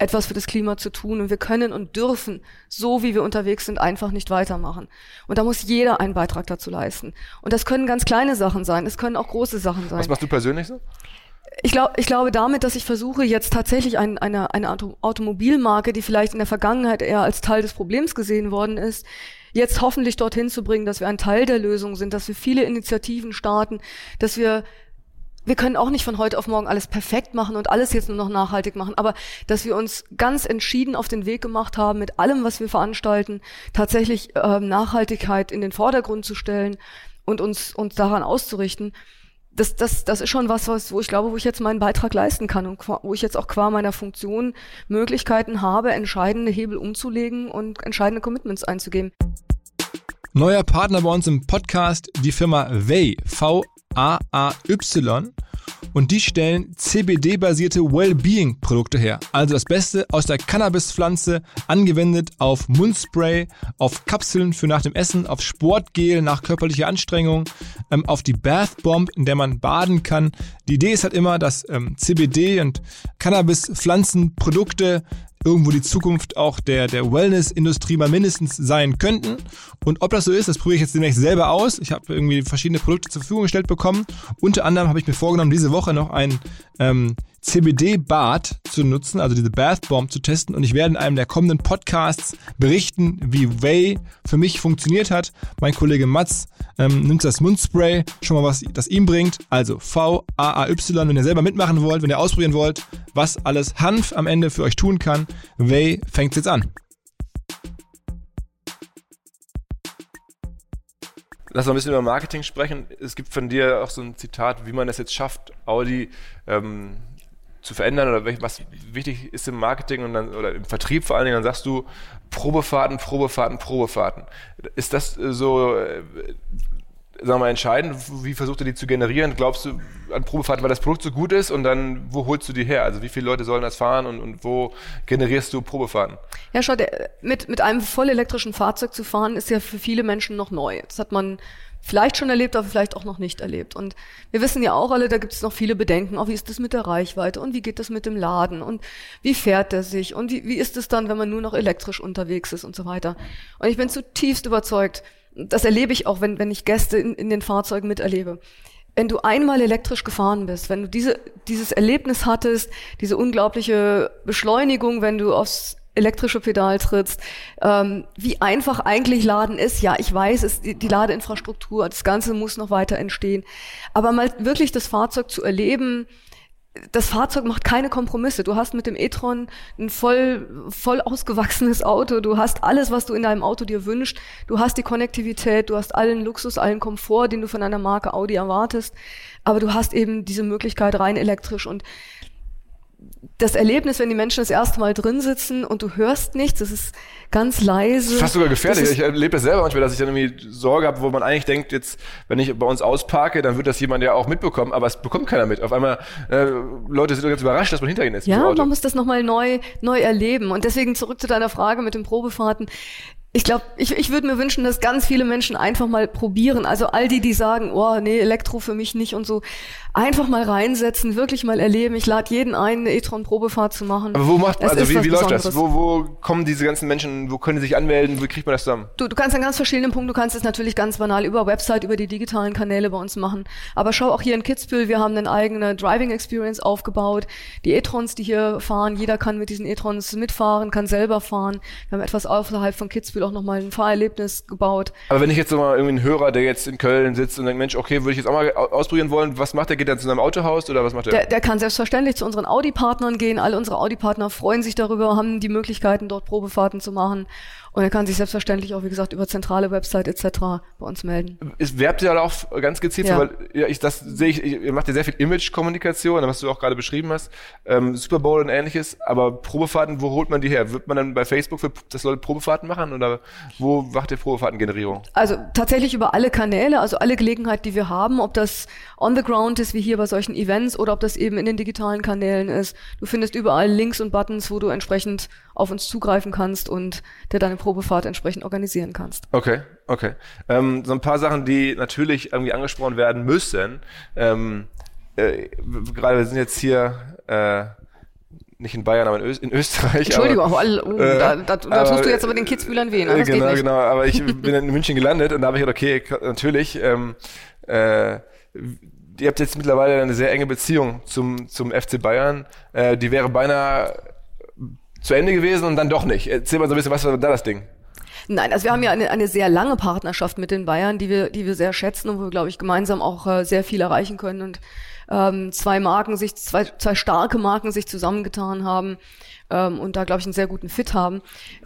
S2: etwas für das Klima zu tun und wir können und dürfen, so wie wir unterwegs sind, einfach nicht weitermachen. Und da muss jeder einen Beitrag dazu leisten. Und das können ganz kleine Sachen sein, es können auch große Sachen sein.
S4: Was machst du persönlich so?
S2: Ich glaube, ich glaube damit, dass ich versuche, jetzt tatsächlich ein, eine, eine Auto, Automobilmarke, die vielleicht in der Vergangenheit eher als Teil des Problems gesehen worden ist, jetzt hoffentlich dorthin zu bringen, dass wir ein Teil der Lösung sind, dass wir viele Initiativen starten, dass wir Wir können auch nicht von heute auf morgen alles perfekt machen und alles jetzt nur noch nachhaltig machen, aber dass wir uns ganz entschieden auf den Weg gemacht haben, mit allem, was wir veranstalten, tatsächlich äh, Nachhaltigkeit in den Vordergrund zu stellen und uns uns daran auszurichten. Das, das, das ist schon was, was, wo ich glaube, wo ich jetzt meinen Beitrag leisten kann und wo ich jetzt auch qua meiner Funktion Möglichkeiten habe, entscheidende Hebel umzulegen und entscheidende Commitments einzugeben.
S1: Neuer Partner bei uns im Podcast, die Firma Vaay, V A A Y, und die stellen C B D-basierte Wellbeing-Produkte her. Also das Beste aus der Cannabispflanze, angewendet auf Mundspray, auf Kapseln für nach dem Essen, auf Sportgel nach körperlicher Anstrengung, ähm, auf die Bath Bomb, in der man baden kann. Die Idee ist halt immer, dass ähm, C B D und Cannabispflanzenprodukte irgendwo die Zukunft auch der, der Wellness-Industrie mal mindestens sein könnten. Und ob das so ist, das probiere ich jetzt demnächst selber aus. Ich habe irgendwie verschiedene Produkte zur Verfügung gestellt bekommen. Unter anderem habe ich mir vorgenommen, diese Woche noch ein ähm, C B D-Bad zu nutzen, also diese Bath Bomb zu testen. Und ich werde in einem der kommenden Podcasts berichten, wie Vaay für mich funktioniert hat. Mein Kollege Mats ähm, nimmt das Mundspray, schon mal, was das ihm bringt. Also V A A Y, wenn ihr selber mitmachen wollt, wenn ihr ausprobieren wollt, was alles Hanf am Ende für euch tun kann. Vaay fängt jetzt an.
S4: Lass mal ein bisschen über Marketing sprechen. Es gibt von dir auch so ein Zitat, wie man es jetzt schafft, Audi ähm, zu verändern oder was wichtig ist im Marketing und dann, oder im Vertrieb vor allen Dingen, dann sagst du Probefahrten, Probefahrten, Probefahrten. Ist das so, äh, sagen wir mal, entscheidend? Wie versucht ihr die zu generieren? Glaubst du an Probefahrten, weil das Produkt so gut ist, und dann, wo holst du die her? Also wie viele Leute sollen das fahren und, und wo generierst du Probefahrten?
S2: Ja, schau, der, mit, mit einem voll elektrischen Fahrzeug zu fahren, ist ja für viele Menschen noch neu. Das hat man vielleicht schon erlebt, aber vielleicht auch noch nicht erlebt. Und wir wissen ja auch alle, da gibt es noch viele Bedenken. Auch wie ist das mit der Reichweite und wie geht das mit dem Laden und wie fährt der sich und wie, wie ist es dann, wenn man nur noch elektrisch unterwegs ist und so weiter. Und ich bin zutiefst überzeugt, das erlebe ich auch, wenn, wenn ich Gäste in, in den Fahrzeugen miterlebe. Wenn du einmal elektrisch gefahren bist, wenn du diese, dieses Erlebnis hattest, diese unglaubliche Beschleunigung, wenn du aufs elektrische Pedal trittst, ähm, wie einfach eigentlich Laden ist. Ja, ich weiß, es, die, die Ladeinfrastruktur, das Ganze muss noch weiter entstehen. Aber mal wirklich das Fahrzeug zu erleben, das Fahrzeug macht keine Kompromisse. Du hast mit dem e-tron ein voll, voll ausgewachsenes Auto. Du hast alles, was du in deinem Auto dir wünschst. Du hast die Konnektivität, du hast allen Luxus, allen Komfort, den du von einer Marke Audi erwartest. Aber du hast eben diese Möglichkeit rein elektrisch. Und das Erlebnis, wenn die Menschen das erste Mal drin sitzen und du hörst nichts, es ist ganz leise. Das ist
S4: fast sogar gefährlich. Ich erlebe das selber manchmal, dass ich dann irgendwie Sorge habe, wo man eigentlich denkt, jetzt, wenn ich bei uns ausparke, dann wird das jemand ja auch mitbekommen, aber es bekommt keiner mit. Auf einmal, äh, Leute sind ganz überrascht, dass man hinter ihnen ist.
S2: Ja, man muss das nochmal neu, neu erleben. Und deswegen zurück zu deiner Frage mit den Probefahrten. Ich glaube, ich, ich würde mir wünschen, dass ganz viele Menschen einfach mal probieren. Also all die, die sagen, oh nee, Elektro für mich nicht und so, einfach mal reinsetzen, wirklich mal erleben. Ich lade jeden ein, eine e-tron-Probefahrt zu machen.
S4: Aber wo macht, es also wie, wie läuft das? Wo, wo kommen diese ganzen Menschen, wo können die sich anmelden, wo kriegt man das zusammen?
S2: Du, du kannst an ganz verschiedenen Punkten, du kannst es natürlich ganz banal über Website, über die digitalen Kanäle bei uns machen. Aber schau auch hier in Kitzbühel, wir haben eine eigene Driving Experience aufgebaut. Die e-trons, die hier fahren, jeder kann mit diesen e-trons mitfahren, kann selber fahren. Wir haben etwas außerhalb von Kitzbühel auch nochmal ein Fahrerlebnis gebaut.
S4: Aber wenn ich jetzt so mal irgendwie einen Hörer, der jetzt in Köln sitzt und denkt, Mensch, okay, würde ich jetzt auch mal ausprobieren wollen, was macht der? Geht er zu seinem Autohaus oder was macht der?
S2: Der, der kann selbstverständlich zu unseren Audi-Partnern gehen. Alle unsere Audi-Partner freuen sich darüber, haben die Möglichkeiten, dort Probefahrten zu machen. Und er kann sich selbstverständlich auch, wie gesagt, über zentrale Website et cetera bei uns melden.
S4: Es werbt ja auch ganz gezielt,
S2: ja.
S4: So, weil ja, ich das sehe ich, ihr macht ja sehr viel Image-Kommunikation, was du auch gerade beschrieben hast, ähm, Super Bowl und ähnliches, aber Probefahrten, wo holt man die her? Wird man dann bei Facebook für das Leute Probefahrten machen oder wo macht ihr Probefahrtengenerierung?
S2: Also tatsächlich über alle Kanäle, also alle Gelegenheit, die wir haben, ob das on the ground ist, wie hier bei solchen Events, oder ob das eben in den digitalen Kanälen ist. Du findest überall Links und Buttons, wo du entsprechend auf uns zugreifen kannst und dir deine Probefahrt entsprechend organisieren kannst.
S4: Okay, okay. Ähm, so ein paar Sachen, die natürlich irgendwie angesprochen werden müssen. Ähm, äh, gerade wir sind jetzt hier äh, nicht in Bayern, aber in, Ö- in Österreich.
S2: Entschuldigung,
S4: aber,
S2: all, oh,
S4: äh,
S2: da, da, da
S4: aber,
S2: tust du jetzt aber den Kitzbühlern weh. Ne? Das
S4: genau,
S2: geht nicht.
S4: genau. Aber ich bin in München gelandet und da habe ich gedacht, okay, natürlich, ähm, äh, ihr habt jetzt mittlerweile eine sehr enge Beziehung zum, zum F C Bayern. Äh, die wäre beinahe zu Ende gewesen und dann doch nicht. Erzähl mal so ein bisschen, was war da das Ding?
S2: Nein, also wir haben ja eine, eine sehr lange Partnerschaft mit den Bayern, die wir, die wir sehr schätzen und wo wir, glaube ich, gemeinsam auch äh, sehr viel erreichen können und ähm, zwei Marken sich, zwei, zwei starke Marken sich zusammengetan haben ähm, und da, glaube ich, einen sehr guten Fit haben.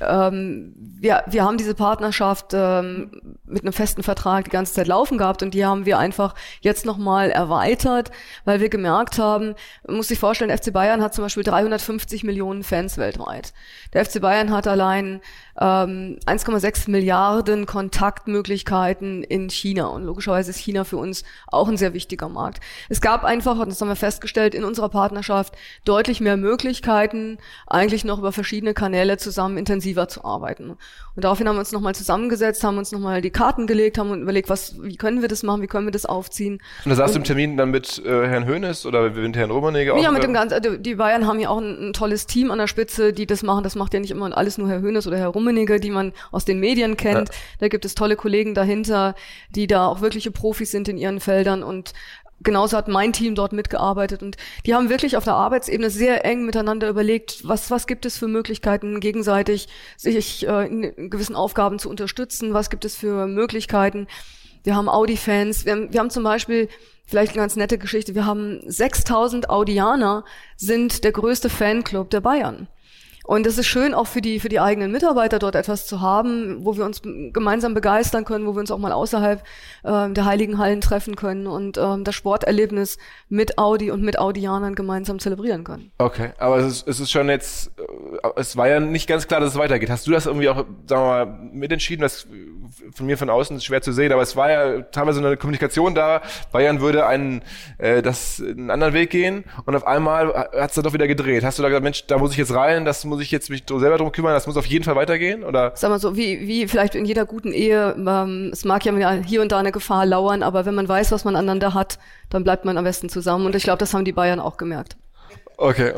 S2: Ähm, wir, wir haben diese Partnerschaft ähm, mit einem festen Vertrag die ganze Zeit laufen gehabt und die haben wir einfach jetzt nochmal erweitert, weil wir gemerkt haben, man muss sich vorstellen, der F C Bayern hat zum Beispiel dreihundertfünfzig Millionen Fans weltweit. Der F C Bayern hat allein ähm, eins Komma sechs Milliarden Kontaktmöglichkeiten in China und logischerweise ist China für uns auch ein sehr wichtiger Markt. Es gab einfach, und das haben wir festgestellt, in unserer Partnerschaft deutlich mehr Möglichkeiten, eigentlich noch über verschiedene Kanäle zusammen intensiver zu arbeiten. Und daraufhin haben wir uns nochmal zusammengesetzt, haben uns nochmal die Karten gelegt, haben uns überlegt, was, wie können wir das machen, wie können wir das aufziehen.
S4: Und da saß du im Termin dann mit äh, Herrn Hoeneß oder mit Herrn Rummenigge auch?
S2: Ja, mit dem ganzen, die, die Bayern haben ja auch ein, ein tolles Team an der Spitze, die das machen. Das macht ja nicht immer alles nur Herr Hoeneß oder Herr Rummenigge, die man aus den Medien kennt. Ja. Da gibt es tolle Kollegen dahinter, die da auch wirkliche Profis sind in ihren Feldern und genauso hat mein Team dort mitgearbeitet und die haben wirklich auf der Arbeitsebene sehr eng miteinander überlegt, was was gibt es für Möglichkeiten, gegenseitig sich äh, in gewissen Aufgaben zu unterstützen, was gibt es für Möglichkeiten. Wir haben Audi-Fans, wir haben, wir haben zum Beispiel, vielleicht eine ganz nette Geschichte, wir haben sechstausend Audianer sind der größte Fanclub der Bayern. Und es ist schön, auch für die für die eigenen Mitarbeiter dort etwas zu haben, wo wir uns gemeinsam begeistern können, wo wir uns auch mal außerhalb äh, der heiligen Hallen treffen können und ähm, das Sporterlebnis mit Audi und mit Audianern gemeinsam zelebrieren können.
S4: Okay, aber es ist, es ist schon jetzt, es war ja nicht ganz klar, dass es weitergeht. Hast du das irgendwie auch, sagen wir mal, mitentschieden? Das von mir von außen ist schwer zu sehen, aber es war ja teilweise eine Kommunikation da. Bayern würde einen, äh, das, einen anderen Weg gehen und auf einmal hat es dann doch wieder gedreht. Hast du da gesagt, Mensch, da muss ich jetzt rein, das muss ich jetzt mich selber drum kümmern, das muss auf jeden Fall weitergehen? Oder?
S2: Sag mal so, wie, wie vielleicht in jeder guten Ehe, ähm, es mag ja hier und da eine Gefahr lauern, aber wenn man weiß, was man aneinander hat, dann bleibt man am besten zusammen und ich glaube, das haben die Bayern auch gemerkt.
S4: Okay,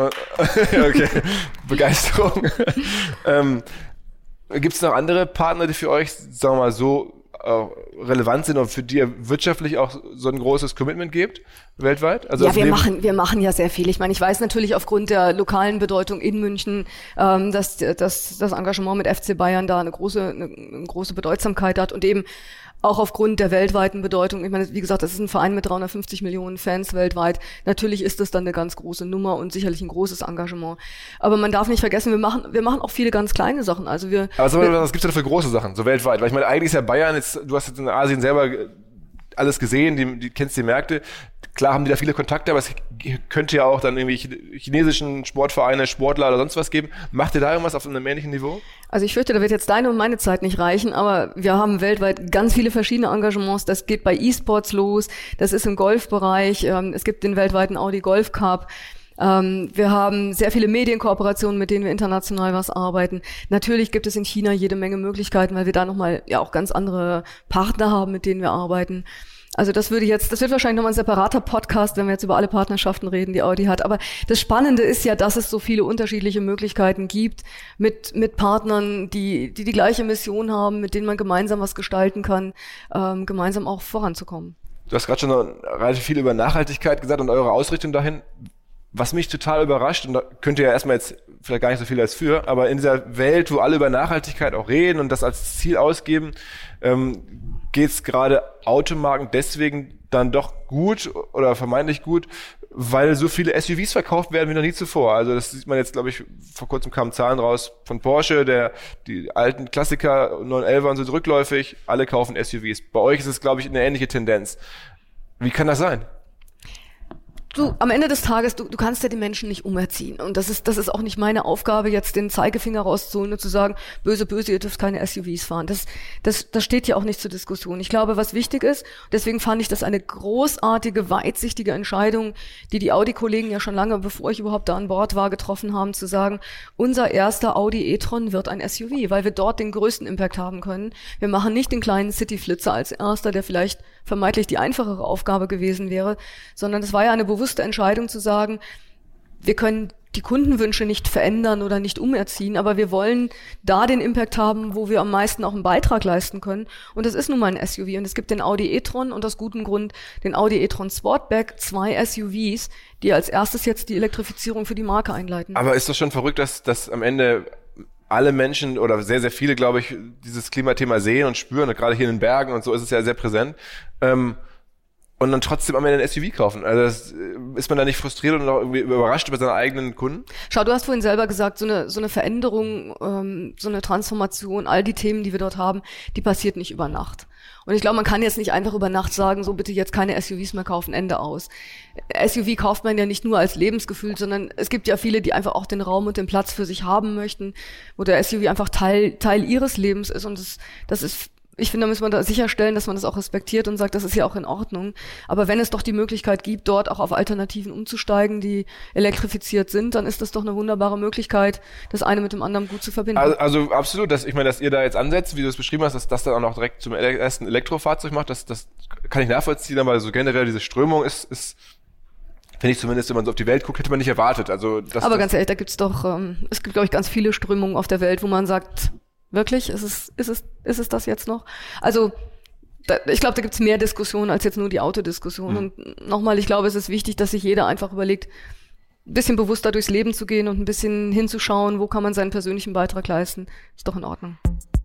S4: okay, Begeisterung. ähm, Gibt es noch andere Partner, die für euch, sagen wir mal, so äh, relevant sind und für die ihr wirtschaftlich auch so ein großes Commitment gebt, weltweit? Also
S2: ja, wir machen, wir machen ja sehr viel. Ich meine, ich weiß natürlich aufgrund der lokalen Bedeutung in München, ähm, dass, dass das Engagement mit F C Bayern da eine große, eine, eine große Bedeutsamkeit hat und eben auch aufgrund der weltweiten Bedeutung. Ich meine, wie gesagt, das ist ein Verein mit dreihundertfünfzig Millionen Fans weltweit. Natürlich ist das dann eine ganz große Nummer und sicherlich ein großes Engagement. Aber man darf nicht vergessen, wir machen, wir machen auch viele ganz kleine Sachen. Also wir.
S4: Aber sag mal, was gibt's denn für große Sachen, so weltweit? Weil ich meine, eigentlich ist ja Bayern jetzt, du hast jetzt in Asien selber alles gesehen, die, die kennst die Märkte. Klar haben die da viele Kontakte, aber es könnte ja auch dann irgendwie chinesischen Sportvereine, Sportler oder sonst was geben. Macht ihr da irgendwas auf einem ähnlichen Niveau?
S2: Also ich fürchte, da wird jetzt deine und meine Zeit nicht reichen, aber wir haben weltweit ganz viele verschiedene Engagements. Das geht bei E-Sports los, das ist im Golfbereich, es gibt den weltweiten Audi Golf Cup. Wir haben sehr viele Medienkooperationen, mit denen wir international was arbeiten. Natürlich gibt es in China jede Menge Möglichkeiten, weil wir da nochmal ja auch ganz andere Partner haben, mit denen wir arbeiten. Also das würde jetzt, das wird wahrscheinlich nochmal ein separater Podcast, wenn wir jetzt über alle Partnerschaften reden, die Audi hat. Aber das Spannende ist ja, dass es so viele unterschiedliche Möglichkeiten gibt mit mit Partnern, die die die gleiche Mission haben, mit denen man gemeinsam was gestalten kann, ähm, gemeinsam auch voranzukommen.
S4: Du hast gerade schon relativ viel über Nachhaltigkeit gesagt und eure Ausrichtung dahin. Was mich total überrascht, und da könnt ihr ja erstmal jetzt vielleicht gar nicht so viel als für, aber in dieser Welt, wo alle über Nachhaltigkeit auch reden und das als Ziel ausgeben, ähm, geht es gerade Automarken deswegen dann doch gut oder vermeintlich gut, weil so viele S U Vs verkauft werden wie noch nie zuvor. Also das sieht man jetzt, glaube ich, vor kurzem kamen Zahlen raus von Porsche, der die alten Klassiker neun elfer sind rückläufig, alle kaufen S U Vs. Bei euch ist es, glaube ich, eine ähnliche Tendenz. Wie kann das sein?
S2: Du, am Ende des Tages, du, du kannst ja die Menschen nicht umerziehen. Und das ist, das ist auch nicht meine Aufgabe, jetzt den Zeigefinger rauszuholen und zu sagen, böse, böse, ihr dürft keine S U Vs fahren. Das, das, das steht ja auch nicht zur Diskussion. Ich glaube, was wichtig ist, deswegen fand ich das eine großartige, weitsichtige Entscheidung, die die Audi-Kollegen ja schon lange, bevor ich überhaupt da an Bord war, getroffen haben, zu sagen, unser erster Audi e-tron wird ein S U V, weil wir dort den größten Impact haben können. Wir machen nicht den kleinen City-Flitzer als erster, der vielleicht vermeintlich die einfachere Aufgabe gewesen wäre, sondern es war ja eine bewusste Entscheidung zu sagen, wir können die Kundenwünsche nicht verändern oder nicht umerziehen, aber wir wollen da den Impact haben, wo wir am meisten auch einen Beitrag leisten können. Und das ist nun mal ein S U V. Und es gibt den Audi e-tron und aus gutem Grund den Audi e-tron Sportback, zwei S U Vs, die als erstes jetzt die Elektrifizierung für die Marke einleiten.
S4: Aber ist das schon verrückt, dass, dass am Ende alle Menschen oder sehr, sehr viele, glaube ich, dieses Klimathema sehen und spüren. Und gerade hier in den Bergen und so ist es ja sehr präsent. Ähm, Und dann trotzdem am Ende ein S U V kaufen. Also das, ist man da nicht frustriert und auch irgendwie überrascht über seine eigenen Kunden?
S2: Schau, du hast vorhin selber gesagt, so eine so eine Veränderung, ähm, so eine Transformation, all die Themen, die wir dort haben, die passiert nicht über Nacht. Und ich glaube, man kann jetzt nicht einfach über Nacht sagen, so bitte jetzt keine S U Vs mehr kaufen, Ende aus. S U V kauft man ja nicht nur als Lebensgefühl, sondern es gibt ja viele, die einfach auch den Raum und den Platz für sich haben möchten, wo der S U V einfach Teil Teil ihres Lebens ist. Und das, das ist Ich finde, da muss man da sicherstellen, dass man das auch respektiert und sagt, das ist ja auch in Ordnung. Aber wenn es doch die Möglichkeit gibt, dort auch auf Alternativen umzusteigen, die elektrifiziert sind, dann ist das doch eine wunderbare Möglichkeit, das eine mit dem anderen gut zu verbinden.
S4: Also, also absolut, dass ich meine, dass ihr da jetzt ansetzt, wie du es beschrieben hast, dass das dann auch noch direkt zum ersten Elektrofahrzeug macht, das, das kann ich nachvollziehen, aber so generell diese Strömung ist, ist finde ich zumindest, wenn man so auf die Welt guckt, hätte man nicht erwartet. Also das,
S2: aber
S4: das
S2: ganz ehrlich, da gibt's doch, ähm, es gibt, glaube ich, ganz viele Strömungen auf der Welt, wo man sagt, wirklich? Ist es, ist es, ist es das jetzt noch? Also, da, ich glaube, da gibt's mehr Diskussionen als jetzt nur die Autodiskussion. Mhm. Und nochmal, ich glaube, es ist wichtig, dass sich jeder einfach überlegt, ein bisschen bewusster durchs Leben zu gehen und ein bisschen hinzuschauen, wo kann man seinen persönlichen Beitrag leisten. Ist doch in Ordnung.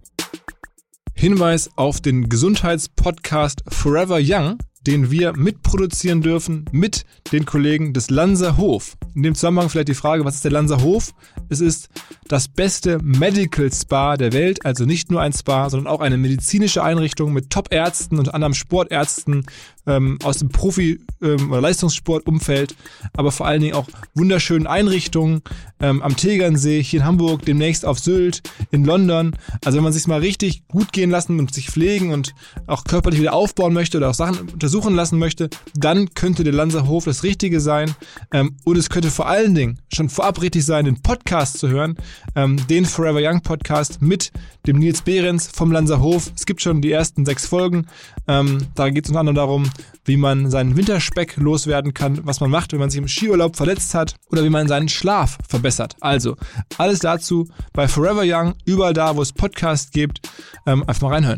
S1: Hinweis auf den Gesundheitspodcast Forever Young, den wir mitproduzieren dürfen mit den Kollegen des Lanzerhof. In dem Zusammenhang vielleicht die Frage, was ist der Lanzerhof? Es ist das beste Medical Spa der Welt, also nicht nur ein Spa, sondern auch eine medizinische Einrichtung mit Top-Ärzten und anderem Sportärzten ähm, aus dem Profi- ähm, oder Leistungssportumfeld, aber vor allen Dingen auch wunderschönen Einrichtungen ähm, am Tegernsee, hier in Hamburg, demnächst auf Sylt, in London. Also wenn man sich mal richtig gut gehen lassen und sich pflegen und auch körperlich wieder aufbauen möchte oder auch Sachen untersuchen lassen möchte, dann könnte der Lanzerhof das Richtige sein. Ähm, und es könnte vor allen Dingen schon vorab richtig sein, den Podcast zu hören, ähm, den Forever Young Podcast mit dem Nils Behrens vom Lanzerhof. Es gibt schon die ersten sechs Folgen. Ähm, da geht es unter anderem darum, wie man seinen Winterspeck loswerden kann, was man macht, wenn man sich im Skiurlaub verletzt hat oder wie man seinen Schlaf verbessert. Also alles dazu bei Forever Young, überall da, wo es Podcasts gibt. Ähm, einfach mal reinhören.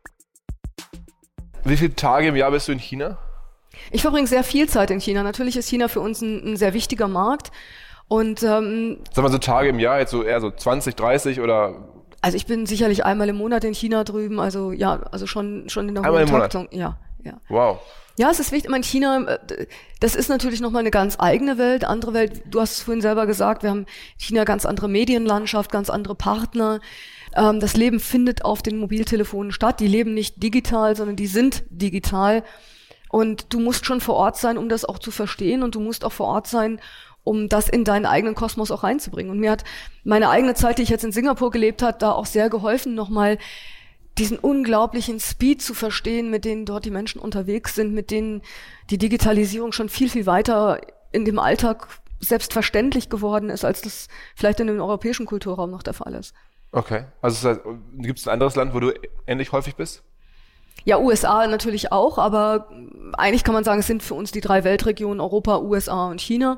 S4: Wie viele Tage im Jahr bist du in China?
S2: Ich verbringe sehr viel Zeit in China. Natürlich ist China für uns ein, ein sehr wichtiger Markt. Und ähm,
S4: sag mal so Tage im Jahr, jetzt so eher so zwanzig, dreißig oder?
S2: Also ich bin sicherlich einmal im Monat in China drüben, also ja, also schon schon in der
S4: hohen
S2: Taktung. Ja, ja.
S4: Wow.
S2: Ja, es ist wichtig. Ich meine, China, das ist natürlich nochmal eine ganz eigene Welt, andere Welt. Du hast es vorhin selber gesagt, wir haben in China ganz andere Medienlandschaft, ganz andere Partner. Ähm, das Leben findet auf den Mobiltelefonen statt. Die leben nicht digital, sondern die sind digital. Und du musst schon vor Ort sein, um das auch zu verstehen. Und du musst auch vor Ort sein, um das in deinen eigenen Kosmos auch reinzubringen. Und mir hat meine eigene Zeit, die ich jetzt in Singapur gelebt habe, da auch sehr geholfen, nochmal diesen unglaublichen Speed zu verstehen, mit denen dort die Menschen unterwegs sind, mit denen die Digitalisierung schon viel, viel weiter in dem Alltag selbstverständlich geworden ist, als das vielleicht in dem europäischen Kulturraum noch der Fall ist.
S4: Okay. Also gibt es ein anderes Land, wo du ähnlich häufig bist?
S2: Ja, U S A natürlich auch, aber eigentlich kann man sagen, es sind für uns die drei Weltregionen Europa, U S A und China.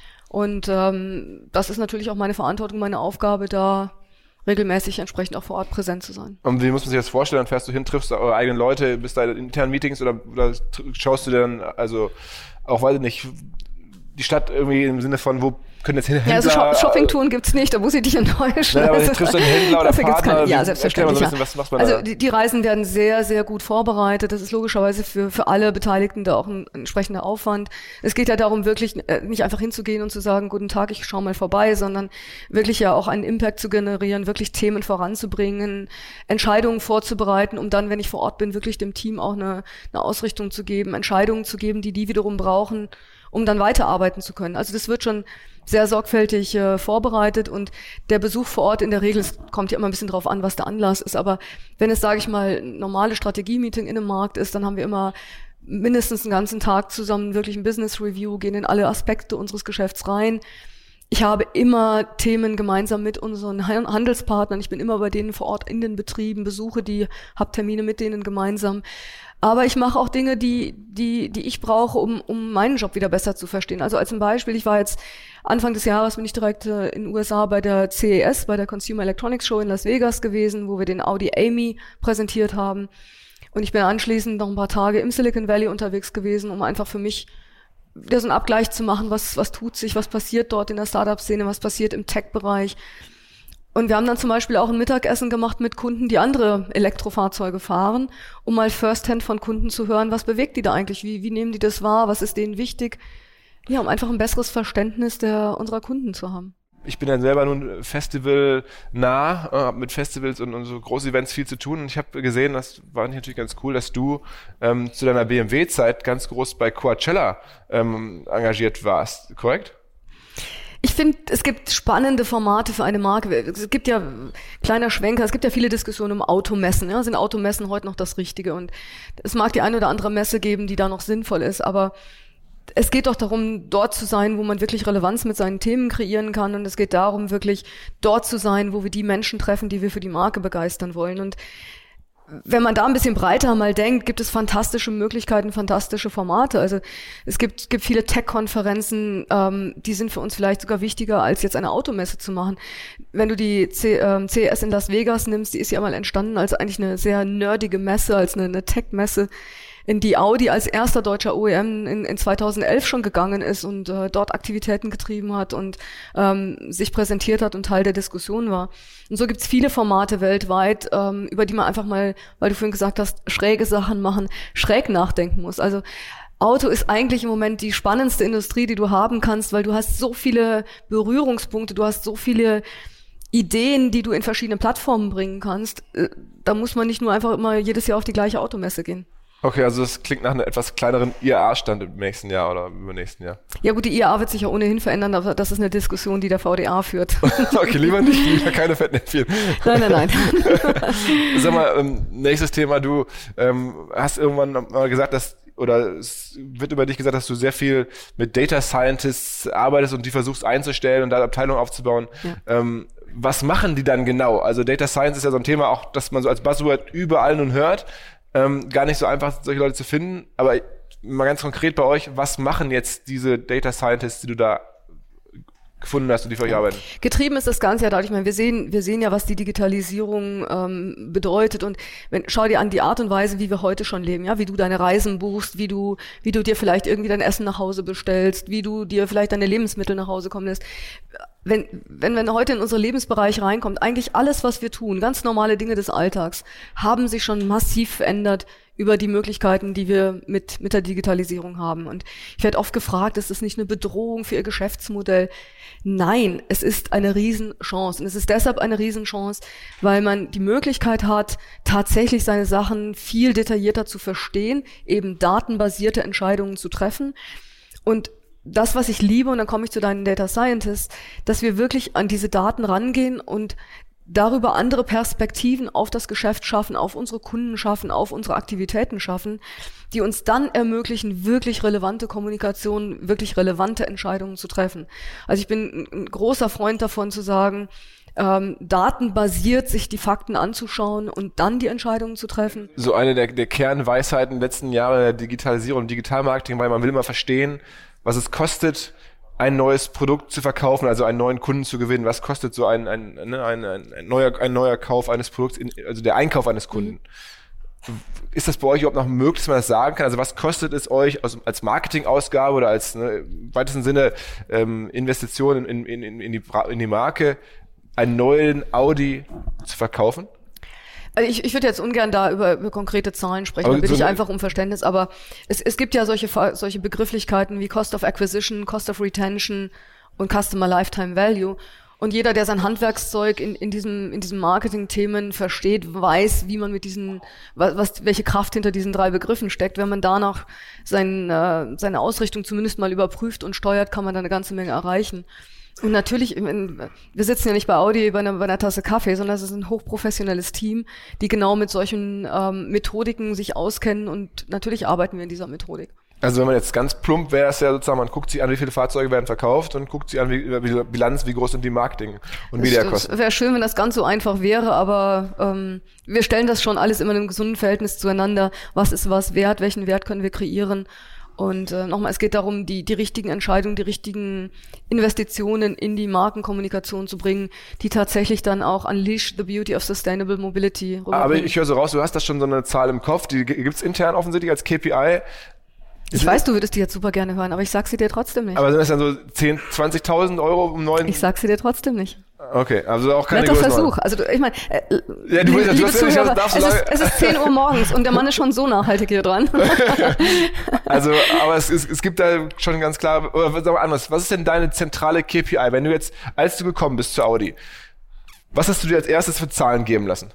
S2: Und ähm, das ist natürlich auch meine Verantwortung, meine Aufgabe, da regelmäßig entsprechend auch vor Ort präsent zu sein.
S4: Und wie muss man sich das vorstellen? Dann fährst du hin, triffst du eure eigenen Leute, bist da in internen Meetings oder, oder schaust du dann, also auch, weiß ich nicht, die Stadt irgendwie im Sinne von, wo können jetzt Händler...
S2: Ja, also Shop- Shoppingtouren gibt's nicht, da muss ich dich enttäuschen.
S4: Nein, aber also, triffst du einen Händler oder Partner?
S2: Keine, ja, selbstverständlich.
S4: Bisschen, was macht man
S2: also
S4: da?
S2: die, die Reisen werden sehr, sehr gut vorbereitet. Das ist logischerweise für, für alle Beteiligten da auch ein, ein entsprechender Aufwand. Es geht ja darum, wirklich nicht einfach hinzugehen und zu sagen, guten Tag, ich schau mal vorbei, sondern wirklich ja auch einen Impact zu generieren, wirklich Themen voranzubringen, Entscheidungen vorzubereiten, um dann, wenn ich vor Ort bin, wirklich dem Team auch eine, eine Ausrichtung zu geben, Entscheidungen zu geben, die die wiederum brauchen, um dann weiterarbeiten zu können. Also das wird schon sehr sorgfältig äh, vorbereitet und der Besuch vor Ort in der Regel, es kommt ja immer ein bisschen drauf an, was der Anlass ist, aber wenn es, sage ich mal, ein normales Strategie-Meeting in einem Markt ist, dann haben wir immer mindestens einen ganzen Tag zusammen wirklich ein Business-Review, gehen in alle Aspekte unseres Geschäfts rein, Ich habe immer Themen gemeinsam mit unseren Handelspartnern. Ich bin immer bei denen vor Ort in den Betrieben, besuche die, habe Termine mit denen gemeinsam. Aber ich mache auch Dinge, die die die ich brauche, um um meinen Job wieder besser zu verstehen. Also als ein Beispiel, ich war jetzt Anfang des Jahres bin ich direkt äh, in den U S A bei der C E S, bei der Consumer Electronics Show in Las Vegas gewesen, wo wir den Audi A M I präsentiert haben. Und ich bin anschließend noch ein paar Tage im Silicon Valley unterwegs gewesen, um einfach für mich wieder so einen Abgleich zu machen, was was tut sich, was passiert dort in der Startup-Szene, was passiert im Tech-Bereich. Und wir haben dann zum Beispiel auch ein Mittagessen gemacht mit Kunden, die andere Elektrofahrzeuge fahren, um mal firsthand von Kunden zu hören, was bewegt die da eigentlich, wie wie nehmen die das wahr, was ist denen wichtig, ja, um einfach ein besseres Verständnis der unserer Kunden zu haben.
S4: Ich bin dann selber nun Festival nah, äh, habe mit Festivals und, und so Groß-Events viel zu tun. Und ich habe gesehen, das war natürlich ganz cool, dass du ähm, zu deiner B M W-Zeit ganz groß bei Coachella ähm, engagiert warst, korrekt?
S2: Ich finde, es gibt spannende Formate für eine Marke. Es gibt ja kleiner Schwenker, es gibt ja viele Diskussionen um Automessen. Ja? Sind Automessen heute noch das Richtige? Und es mag die eine oder andere Messe geben, die da noch sinnvoll ist, aber es geht doch darum, dort zu sein, wo man wirklich Relevanz mit seinen Themen kreieren kann. Und es geht darum, wirklich dort zu sein, wo wir die Menschen treffen, die wir für die Marke begeistern wollen. Und wenn man da ein bisschen breiter mal denkt, gibt es fantastische Möglichkeiten, fantastische Formate. Also es gibt, gibt viele Tech-Konferenzen, ähm, die sind für uns vielleicht sogar wichtiger, als jetzt eine Automesse zu machen. Wenn du die C, ähm, C E S in Las Vegas nimmst, die ist ja mal entstanden als eigentlich eine sehr nerdige Messe, als eine, eine Tech-Messe, in die Audi als erster deutscher O E M in, in zweitausendelf schon gegangen ist und äh, dort Aktivitäten getrieben hat und ähm, sich präsentiert hat und Teil der Diskussion war. Und so gibt's viele Formate weltweit, ähm, über die man einfach mal, weil du vorhin gesagt hast, schräge Sachen machen, schräg nachdenken muss. Also Auto ist eigentlich im Moment die spannendste Industrie, die du haben kannst, weil du hast so viele Berührungspunkte, du hast so viele Ideen, die du in verschiedene Plattformen bringen kannst. Äh, da muss man nicht nur einfach immer jedes Jahr auf die gleiche Automesse gehen.
S4: Okay, also das klingt nach einem etwas kleineren I A A-Stand im nächsten Jahr oder im nächsten Jahr.
S2: Ja gut, die I A A wird sich ja ohnehin verändern, aber das ist eine Diskussion, die der V D A führt.
S4: Okay, lieber nicht, lieber keine Fettnäpfchen.
S2: Nein, nein, nein.
S4: Sag mal, ähm, nächstes Thema, du ähm, hast irgendwann mal gesagt, dass oder es wird über dich gesagt, dass du sehr viel mit Data Scientists arbeitest und die versuchst einzustellen und da Abteilungen aufzubauen. Ja. Ähm, was machen die dann genau? Also Data Science ist ja so ein Thema, auch dass man so als Buzzword überall nun hört. Ähm, gar nicht so einfach, solche Leute zu finden, aber mal ganz konkret bei euch, was machen jetzt diese Data Scientists, die du da gefunden hast und die für euch arbeiten?
S2: Getrieben ist das Ganze ja dadurch, ich meine, wir sehen, wir sehen ja, was die Digitalisierung ähm, bedeutet und wenn, schau dir an die Art und Weise, wie wir heute schon leben, ja, wie du deine Reisen buchst, wie du, wie du dir vielleicht irgendwie dein Essen nach Hause bestellst, wie du dir vielleicht deine Lebensmittel nach Hause kommen lässt. Wenn, wenn man heute in unseren Lebensbereich reinkommt, eigentlich alles, was wir tun, ganz normale Dinge des Alltags, haben sich schon massiv verändert über die Möglichkeiten, die wir mit, mit der Digitalisierung haben. Und ich werde oft gefragt, ist das nicht eine Bedrohung für Ihr Geschäftsmodell? Nein, es ist eine Riesenchance. Und es ist deshalb eine Riesenchance, weil man die Möglichkeit hat, tatsächlich seine Sachen viel detaillierter zu verstehen, eben datenbasierte Entscheidungen zu treffen. Und das, was ich liebe, und dann komme ich zu deinen Data Scientists, dass wir wirklich an diese Daten rangehen und darüber andere Perspektiven auf das Geschäft schaffen, auf unsere Kunden schaffen, auf unsere Aktivitäten schaffen, die uns dann ermöglichen, wirklich relevante Kommunikation, wirklich relevante Entscheidungen zu treffen. Also ich bin ein großer Freund davon zu sagen, ähm, datenbasiert sich die Fakten anzuschauen und dann die Entscheidungen zu treffen.
S4: So eine der, der Kernweisheiten der letzten Jahre der Digitalisierung und Digitalmarketing, weil man will immer verstehen, was es kostet, ein neues Produkt zu verkaufen, also einen neuen Kunden zu gewinnen. Was kostet so ein, ein, ne, ein, ein, ein, neuer, ein neuer Kauf eines Produkts, in, also der Einkauf eines Kunden? Mhm. Ist das bei euch überhaupt noch möglich, dass man das sagen kann? Also was kostet es euch als, als Marketingausgabe oder als ne, im weitesten Sinne ähm, Investitionen in, in, in, in, die, in die Marke, einen neuen Audi zu verkaufen?
S2: Also ich, ich würde jetzt ungern da über, über konkrete Zahlen sprechen, aber da bitte so ich einfach um Verständnis, aber es, es gibt ja solche, solche Begrifflichkeiten wie Cost of Acquisition, Cost of Retention und Customer Lifetime Value. Und jeder, der sein Handwerkszeug in, in diesem, in diesem Marketing-Themen versteht, weiß, wie man mit diesen, was, welche Kraft hinter diesen drei Begriffen steckt. Wenn man danach sein, äh, seine Ausrichtung zumindest mal überprüft und steuert, kann man da eine ganze Menge erreichen. Und natürlich, wir sitzen ja nicht bei Audi bei einer, bei einer Tasse Kaffee, sondern es ist ein hochprofessionelles Team, die genau mit solchen ähm, Methodiken sich auskennen und natürlich arbeiten wir in dieser Methodik.
S4: Also wenn man jetzt ganz plump wäre, es ja sozusagen, man guckt sich an, wie viele Fahrzeuge werden verkauft und guckt sich an, wie, wie Bilanz, wie groß sind die Marketing- und Mediakosten.
S2: Es wäre schön, wenn das ganz so einfach wäre, aber ähm, wir stellen das schon alles immer in einem gesunden Verhältnis zueinander. Was ist was wert? Welchen Wert können wir kreieren? Und äh, nochmal, es geht darum, die, die richtigen Entscheidungen, die richtigen Investitionen in die Markenkommunikation zu bringen, die tatsächlich dann auch Unleash the Beauty of Sustainable Mobility rüberbringen.
S4: Aber ich höre so raus, du hast das schon so eine Zahl im Kopf, die gibt's intern offensichtlich als K P I.
S2: Ich weiß, du würdest die jetzt super gerne hören, aber ich sag sie dir trotzdem nicht.
S4: Aber sind das dann so zehn, zwanzigtausend Euro um neun?
S2: Ich sag sie dir trotzdem nicht.
S4: Okay, also auch keine
S2: Netter Versuch. Also du, ich meine, äh,
S4: ja, du willst,
S2: liebe
S4: du hast
S2: Zuhörer,
S4: darfst
S2: es,
S4: du
S2: ist, es ist zehn Uhr morgens und der Mann ist schon so nachhaltig hier dran.
S4: Also, aber es, es, es gibt da schon ganz klar, oder sag mal anders, was ist denn deine zentrale K P I, wenn du jetzt, als du gekommen bist zu Audi, was hast du dir als erstes für Zahlen geben lassen?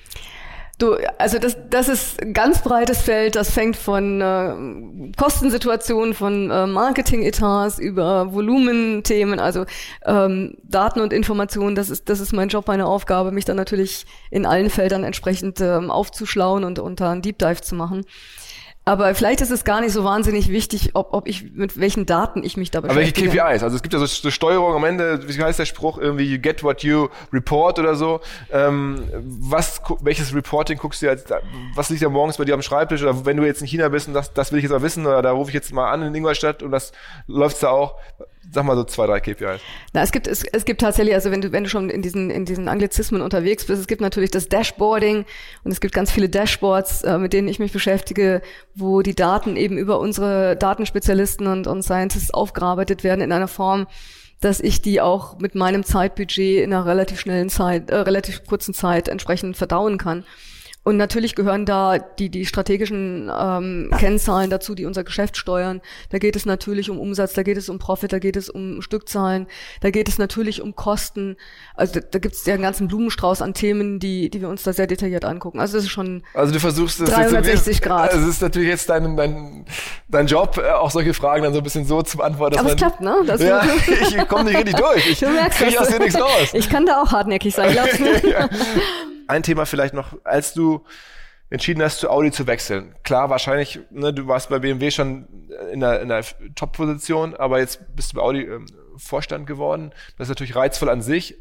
S2: Du, also das, das ist ein ganz breites Feld, das fängt von äh, Kostensituationen, von äh, Marketing-Etats über Volumenthemen, also ähm, Daten und Informationen, das ist, das ist mein Job, meine Aufgabe, mich dann natürlich in allen Feldern entsprechend ähm, aufzuschlauen und unter einen Deep Dive zu machen. Aber vielleicht ist es gar nicht so wahnsinnig wichtig, ob, ob ich, mit welchen Daten ich mich da beschäftige.
S4: Aber welche K P Is? Also es gibt ja so, so Steuerung am Ende, wie heißt der Spruch, irgendwie you get what you report oder so. Ähm, was, welches Reporting guckst du jetzt, was liegt da morgens bei dir am Schreibtisch? Oder wenn du jetzt in China bist und das, das will ich jetzt mal wissen, oder da rufe ich jetzt mal an in Ingolstadt und das läuft da auch. Sag mal so zwei, drei K P Is.
S2: Na, es gibt, es, es gibt tatsächlich, also wenn du, wenn du schon in diesen, in diesen Anglizismen unterwegs bist, es gibt natürlich das Dashboarding und es gibt ganz viele Dashboards, äh, mit denen ich mich beschäftige, wo die Daten eben über unsere Datenspezialisten und, und Scientists aufgearbeitet werden in einer Form, dass ich die auch mit meinem Zeitbudget in einer relativ schnellen Zeit, äh, relativ kurzen Zeit entsprechend verdauen kann. Und natürlich gehören da die, die strategischen ähm, Kennzahlen dazu, die unser Geschäft steuern. Da geht es natürlich um Umsatz, da geht es um Profit, da geht es um Stückzahlen, da geht es natürlich um Kosten. Also da, da gibt es ja einen ganzen Blumenstrauß an Themen, die, die wir uns da sehr detailliert angucken. Also das ist schon
S4: also du versuchst das
S2: dreihundertsechzig
S4: jetzt,
S2: Grad.
S4: Also es ist natürlich jetzt dein, dein, dein Job, auch solche Fragen dann so ein bisschen so zu beantworten.
S2: Aber es klappt, ne? Das
S4: ja, ich komme nicht richtig durch. Ich
S2: du merkst,
S4: krieg aus dir nichts raus.
S2: Ich kann da auch hartnäckig sein, glaubst du?
S4: Ja. Ein Thema vielleicht noch, als du entschieden hast, zu Audi zu wechseln. Klar, wahrscheinlich, ne, du warst bei B M W schon in einer, in einer Top-Position, aber jetzt bist du bei Audi ähm, Vorstand geworden. Das ist natürlich reizvoll an sich.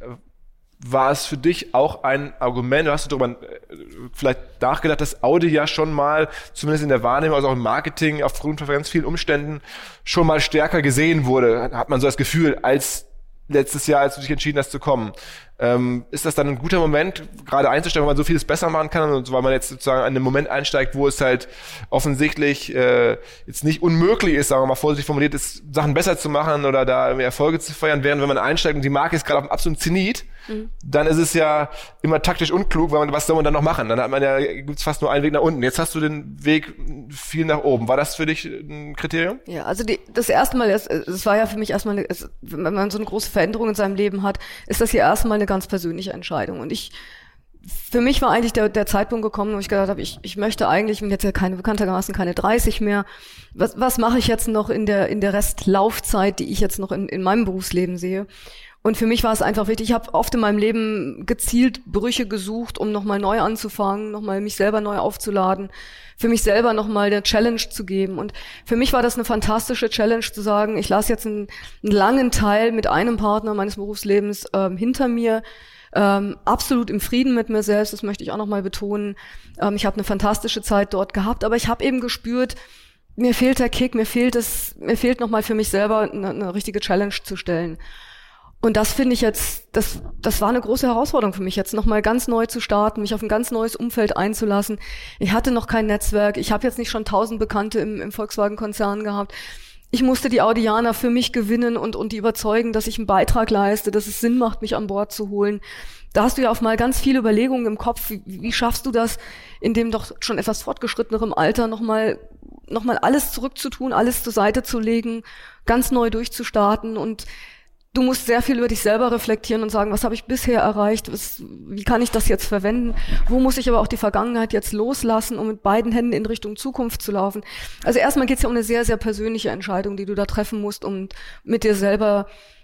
S4: War es für dich auch ein Argument, hast du darüber äh, vielleicht nachgedacht, dass Audi ja schon mal, zumindest in der Wahrnehmung, also auch im Marketing, aufgrund von ganz vielen Umständen, schon mal stärker gesehen wurde? Hat man so das Gefühl, als letztes Jahr, als du dich entschieden hast zu kommen. Ähm, ist das dann ein guter Moment, gerade einzusteigen, weil man so vieles besser machen kann und weil man jetzt sozusagen an einen Moment einsteigt, wo es halt offensichtlich äh, jetzt nicht unmöglich ist, sagen wir mal vorsichtig formuliert, ist, Sachen besser zu machen oder da Erfolge zu feiern, während wenn man einsteigt und die Marke ist gerade auf dem absoluten Zenit, mhm. dann ist es ja immer taktisch unklug, weil man, was soll man dann noch machen? Dann hat man ja, gibt's fast nur einen Weg nach unten. Jetzt hast du den Weg viel nach oben. War das für dich ein Kriterium?
S2: Ja, also die, das erste Mal, es, es war ja für mich erstmal, eine, es, wenn man so eine große Veränderung in seinem Leben hat, ist das hier erstmal eine ganz persönliche Entscheidung. Und ich, für mich war eigentlich der, der Zeitpunkt gekommen, wo ich gedacht habe, ich, ich möchte eigentlich, ich bin jetzt ja keine, bekanntermaßen keine dreißig mehr. Was, was mache ich jetzt noch in der, in der Restlaufzeit, die ich jetzt noch in, in meinem Berufsleben sehe? Und für mich war es einfach wichtig, ich habe oft in meinem Leben gezielt Brüche gesucht, um nochmal neu anzufangen, nochmal mich selber neu aufzuladen, für mich selber nochmal eine Challenge zu geben. Und für mich war das eine fantastische Challenge zu sagen, ich lasse jetzt einen, einen langen Teil mit einem Partner meines Berufslebens ähm, hinter mir, ähm, absolut im Frieden mit mir selbst, das möchte ich auch nochmal betonen. Ähm, ich habe eine fantastische Zeit dort gehabt, aber ich habe eben gespürt, mir fehlt der Kick, mir fehlt es, mir fehlt nochmal für mich selber eine, eine richtige Challenge zu stellen. Und das finde ich jetzt, das, das war eine große Herausforderung für mich, jetzt nochmal ganz neu zu starten, mich auf ein ganz neues Umfeld einzulassen. Ich hatte noch kein Netzwerk, ich habe jetzt nicht schon tausend Bekannte im, im Volkswagen-Konzern gehabt. Ich musste die Audianer für mich gewinnen und, und die überzeugen, dass ich einen Beitrag leiste, dass es Sinn macht, mich an Bord zu holen. Da hast du ja auf mal ganz viele Überlegungen im Kopf. Wie, wie schaffst du das, in dem doch schon etwas fortgeschrittenerem Alter nochmal, nochmal alles zurückzutun, alles zur Seite zu legen, ganz neu durchzustarten und du musst sehr viel über dich selber reflektieren und sagen, was habe ich bisher erreicht, was, wie kann ich das jetzt verwenden, wo muss ich aber auch die Vergangenheit jetzt loslassen, um mit beiden Händen in Richtung Zukunft zu laufen. Also erstmal geht es ja um eine sehr, sehr persönliche Entscheidung, die du da treffen musst, um mit dir selber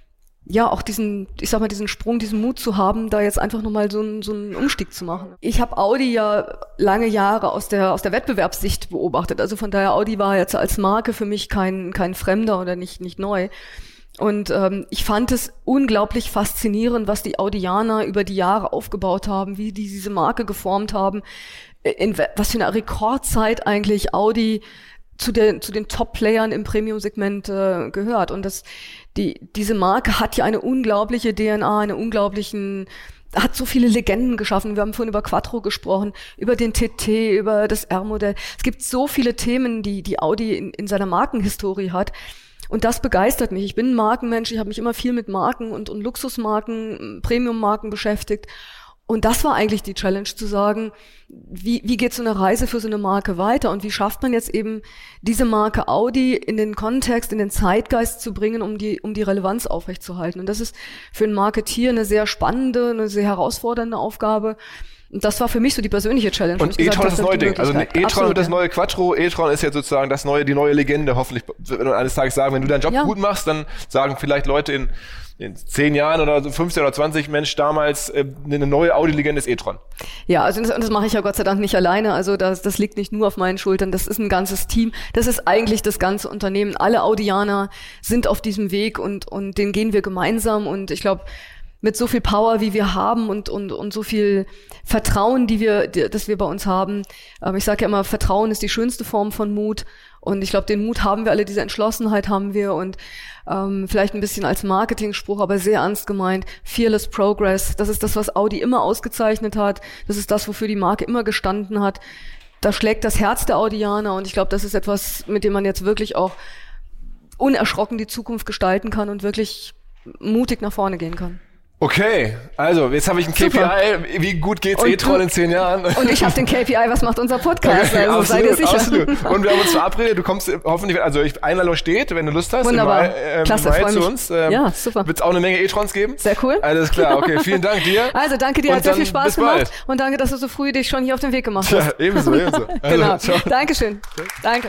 S2: ja, auch diesen, ich sag mal, diesen Sprung, diesen Mut zu haben, da jetzt einfach nochmal so einen, so einen Umstieg zu machen. Ich habe Audi ja lange Jahre aus der, aus der Wettbewerbssicht beobachtet. Also von daher, Audi war jetzt als Marke für mich kein, kein Fremder oder nicht, nicht neu. Und ähm, ich fand es unglaublich faszinierend, was die Audianer über die Jahre aufgebaut haben, wie die diese Marke geformt haben, in was für eine Rekordzeit eigentlich Audi zu den, zu den Top-Playern im Premium-Segment äh, gehört. Und das, die, diese Marke hat ja eine unglaubliche D N A, eine unglaublichen, hat so viele Legenden geschaffen. Wir haben vorhin über Quattro gesprochen, über den T T, über das R-Modell. Es gibt so viele Themen, die, die Audi in, in seiner Markenhistorie hat. Und das begeistert mich. Ich bin ein Markenmensch, ich habe mich immer viel mit Marken und, und Luxusmarken, Premium-Marken beschäftigt. Und das war eigentlich die Challenge, zu sagen, wie, wie geht so eine Reise für so eine Marke weiter und wie schafft man jetzt eben diese Marke Audi in den Kontext, in den Zeitgeist zu bringen, um die, um die Relevanz aufrechtzuerhalten. Und das ist für einen Marketier eine sehr spannende, eine sehr herausfordernde Aufgabe. Und das war für mich so die persönliche Challenge.
S4: Und e-tron ist das neue Ding. Also e-tron wird das neue Quattro. e-tron ist jetzt sozusagen das neue, die neue Legende. Hoffentlich, wenn du eines Tages sagen, wenn du deinen Job ja. gut machst, dann sagen vielleicht Leute in, in zehn Jahren oder fünfzehn oder zwanzig, Mensch, damals äh, eine neue Audi-Legende ist e-tron.
S2: Ja, also das, das mache ich ja Gott sei Dank nicht alleine. Also das, das liegt nicht nur auf meinen Schultern. Das ist ein ganzes Team. Das ist eigentlich das ganze Unternehmen. Alle Audianer sind auf diesem Weg und, und den gehen wir gemeinsam. Und ich glaube, mit so viel Power, wie wir haben und und und so viel Vertrauen, die wir, die, das wir bei uns haben. Ähm, ich sage ja immer, Vertrauen ist die schönste Form von Mut. Und ich glaube, den Mut haben wir alle, diese Entschlossenheit haben wir. Und ähm, vielleicht ein bisschen als Marketingspruch, aber sehr ernst gemeint, Fearless Progress. Das ist das, was Audi immer ausgezeichnet hat. Das ist das, wofür die Marke immer gestanden hat. Da schlägt das Herz der Audianer. Und ich glaube, das ist etwas, mit dem man jetzt wirklich auch unerschrocken die Zukunft gestalten kann und wirklich mutig nach vorne gehen kann.
S4: Okay, also jetzt habe ich ein K P I. Super. Wie gut geht's e-tron in zehn Jahren?
S2: Und ich habe den K P I, was macht unser Podcast? Okay, also absolut, seid ihr sicher.
S4: Absolut. Und wir haben uns verabredet, du kommst hoffentlich, also Einladung steht, wenn du Lust hast.
S2: Wunderbar,
S4: im Mai, äh,
S2: klasse,
S4: im Mai
S2: freue
S4: zu
S2: mich.
S4: uns. Ähm,
S2: ja, super.
S4: Wird es auch eine Menge e-trons geben?
S2: Sehr cool.
S4: Alles klar, okay, vielen Dank dir.
S2: Also danke dir,
S4: und
S2: hat sehr viel Spaß
S4: bis
S2: gemacht.
S4: Bald.
S2: Und danke, dass du so früh dich schon hier auf den Weg gemacht hast.
S4: Ja, ebenso, ebenso. Also,
S2: genau,
S4: ciao.
S2: Dankeschön. Danke.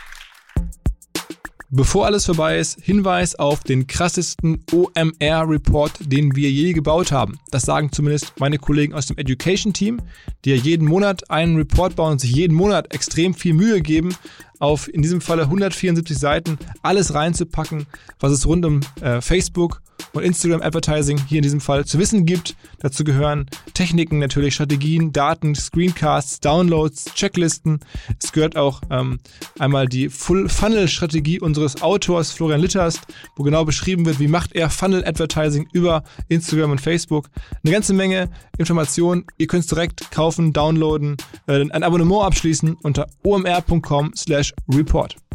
S1: Bevor alles vorbei ist, Hinweis auf den krassesten O M R-Report, den wir je gebaut haben. Das sagen zumindest meine Kollegen aus dem Education-Team, die ja jeden Monat einen Report bauen und sich jeden Monat extrem viel Mühe geben, auf in diesem Falle hundertvierundsiebzig Seiten alles reinzupacken, was es rund um äh, Facebook und Instagram Advertising hier in diesem Fall zu wissen gibt. Dazu gehören Techniken, natürlich Strategien, Daten, Screencasts, Downloads, Checklisten. Es gehört auch ähm, einmal die Full-Funnel-Strategie unseres Autors Florian Litterst, wo genau beschrieben wird, wie macht er Funnel-Advertising über Instagram und Facebook. Eine ganze Menge Informationen. Ihr könnt es direkt kaufen, downloaden, äh, ein Abonnement abschließen unter omr punkt com slash report.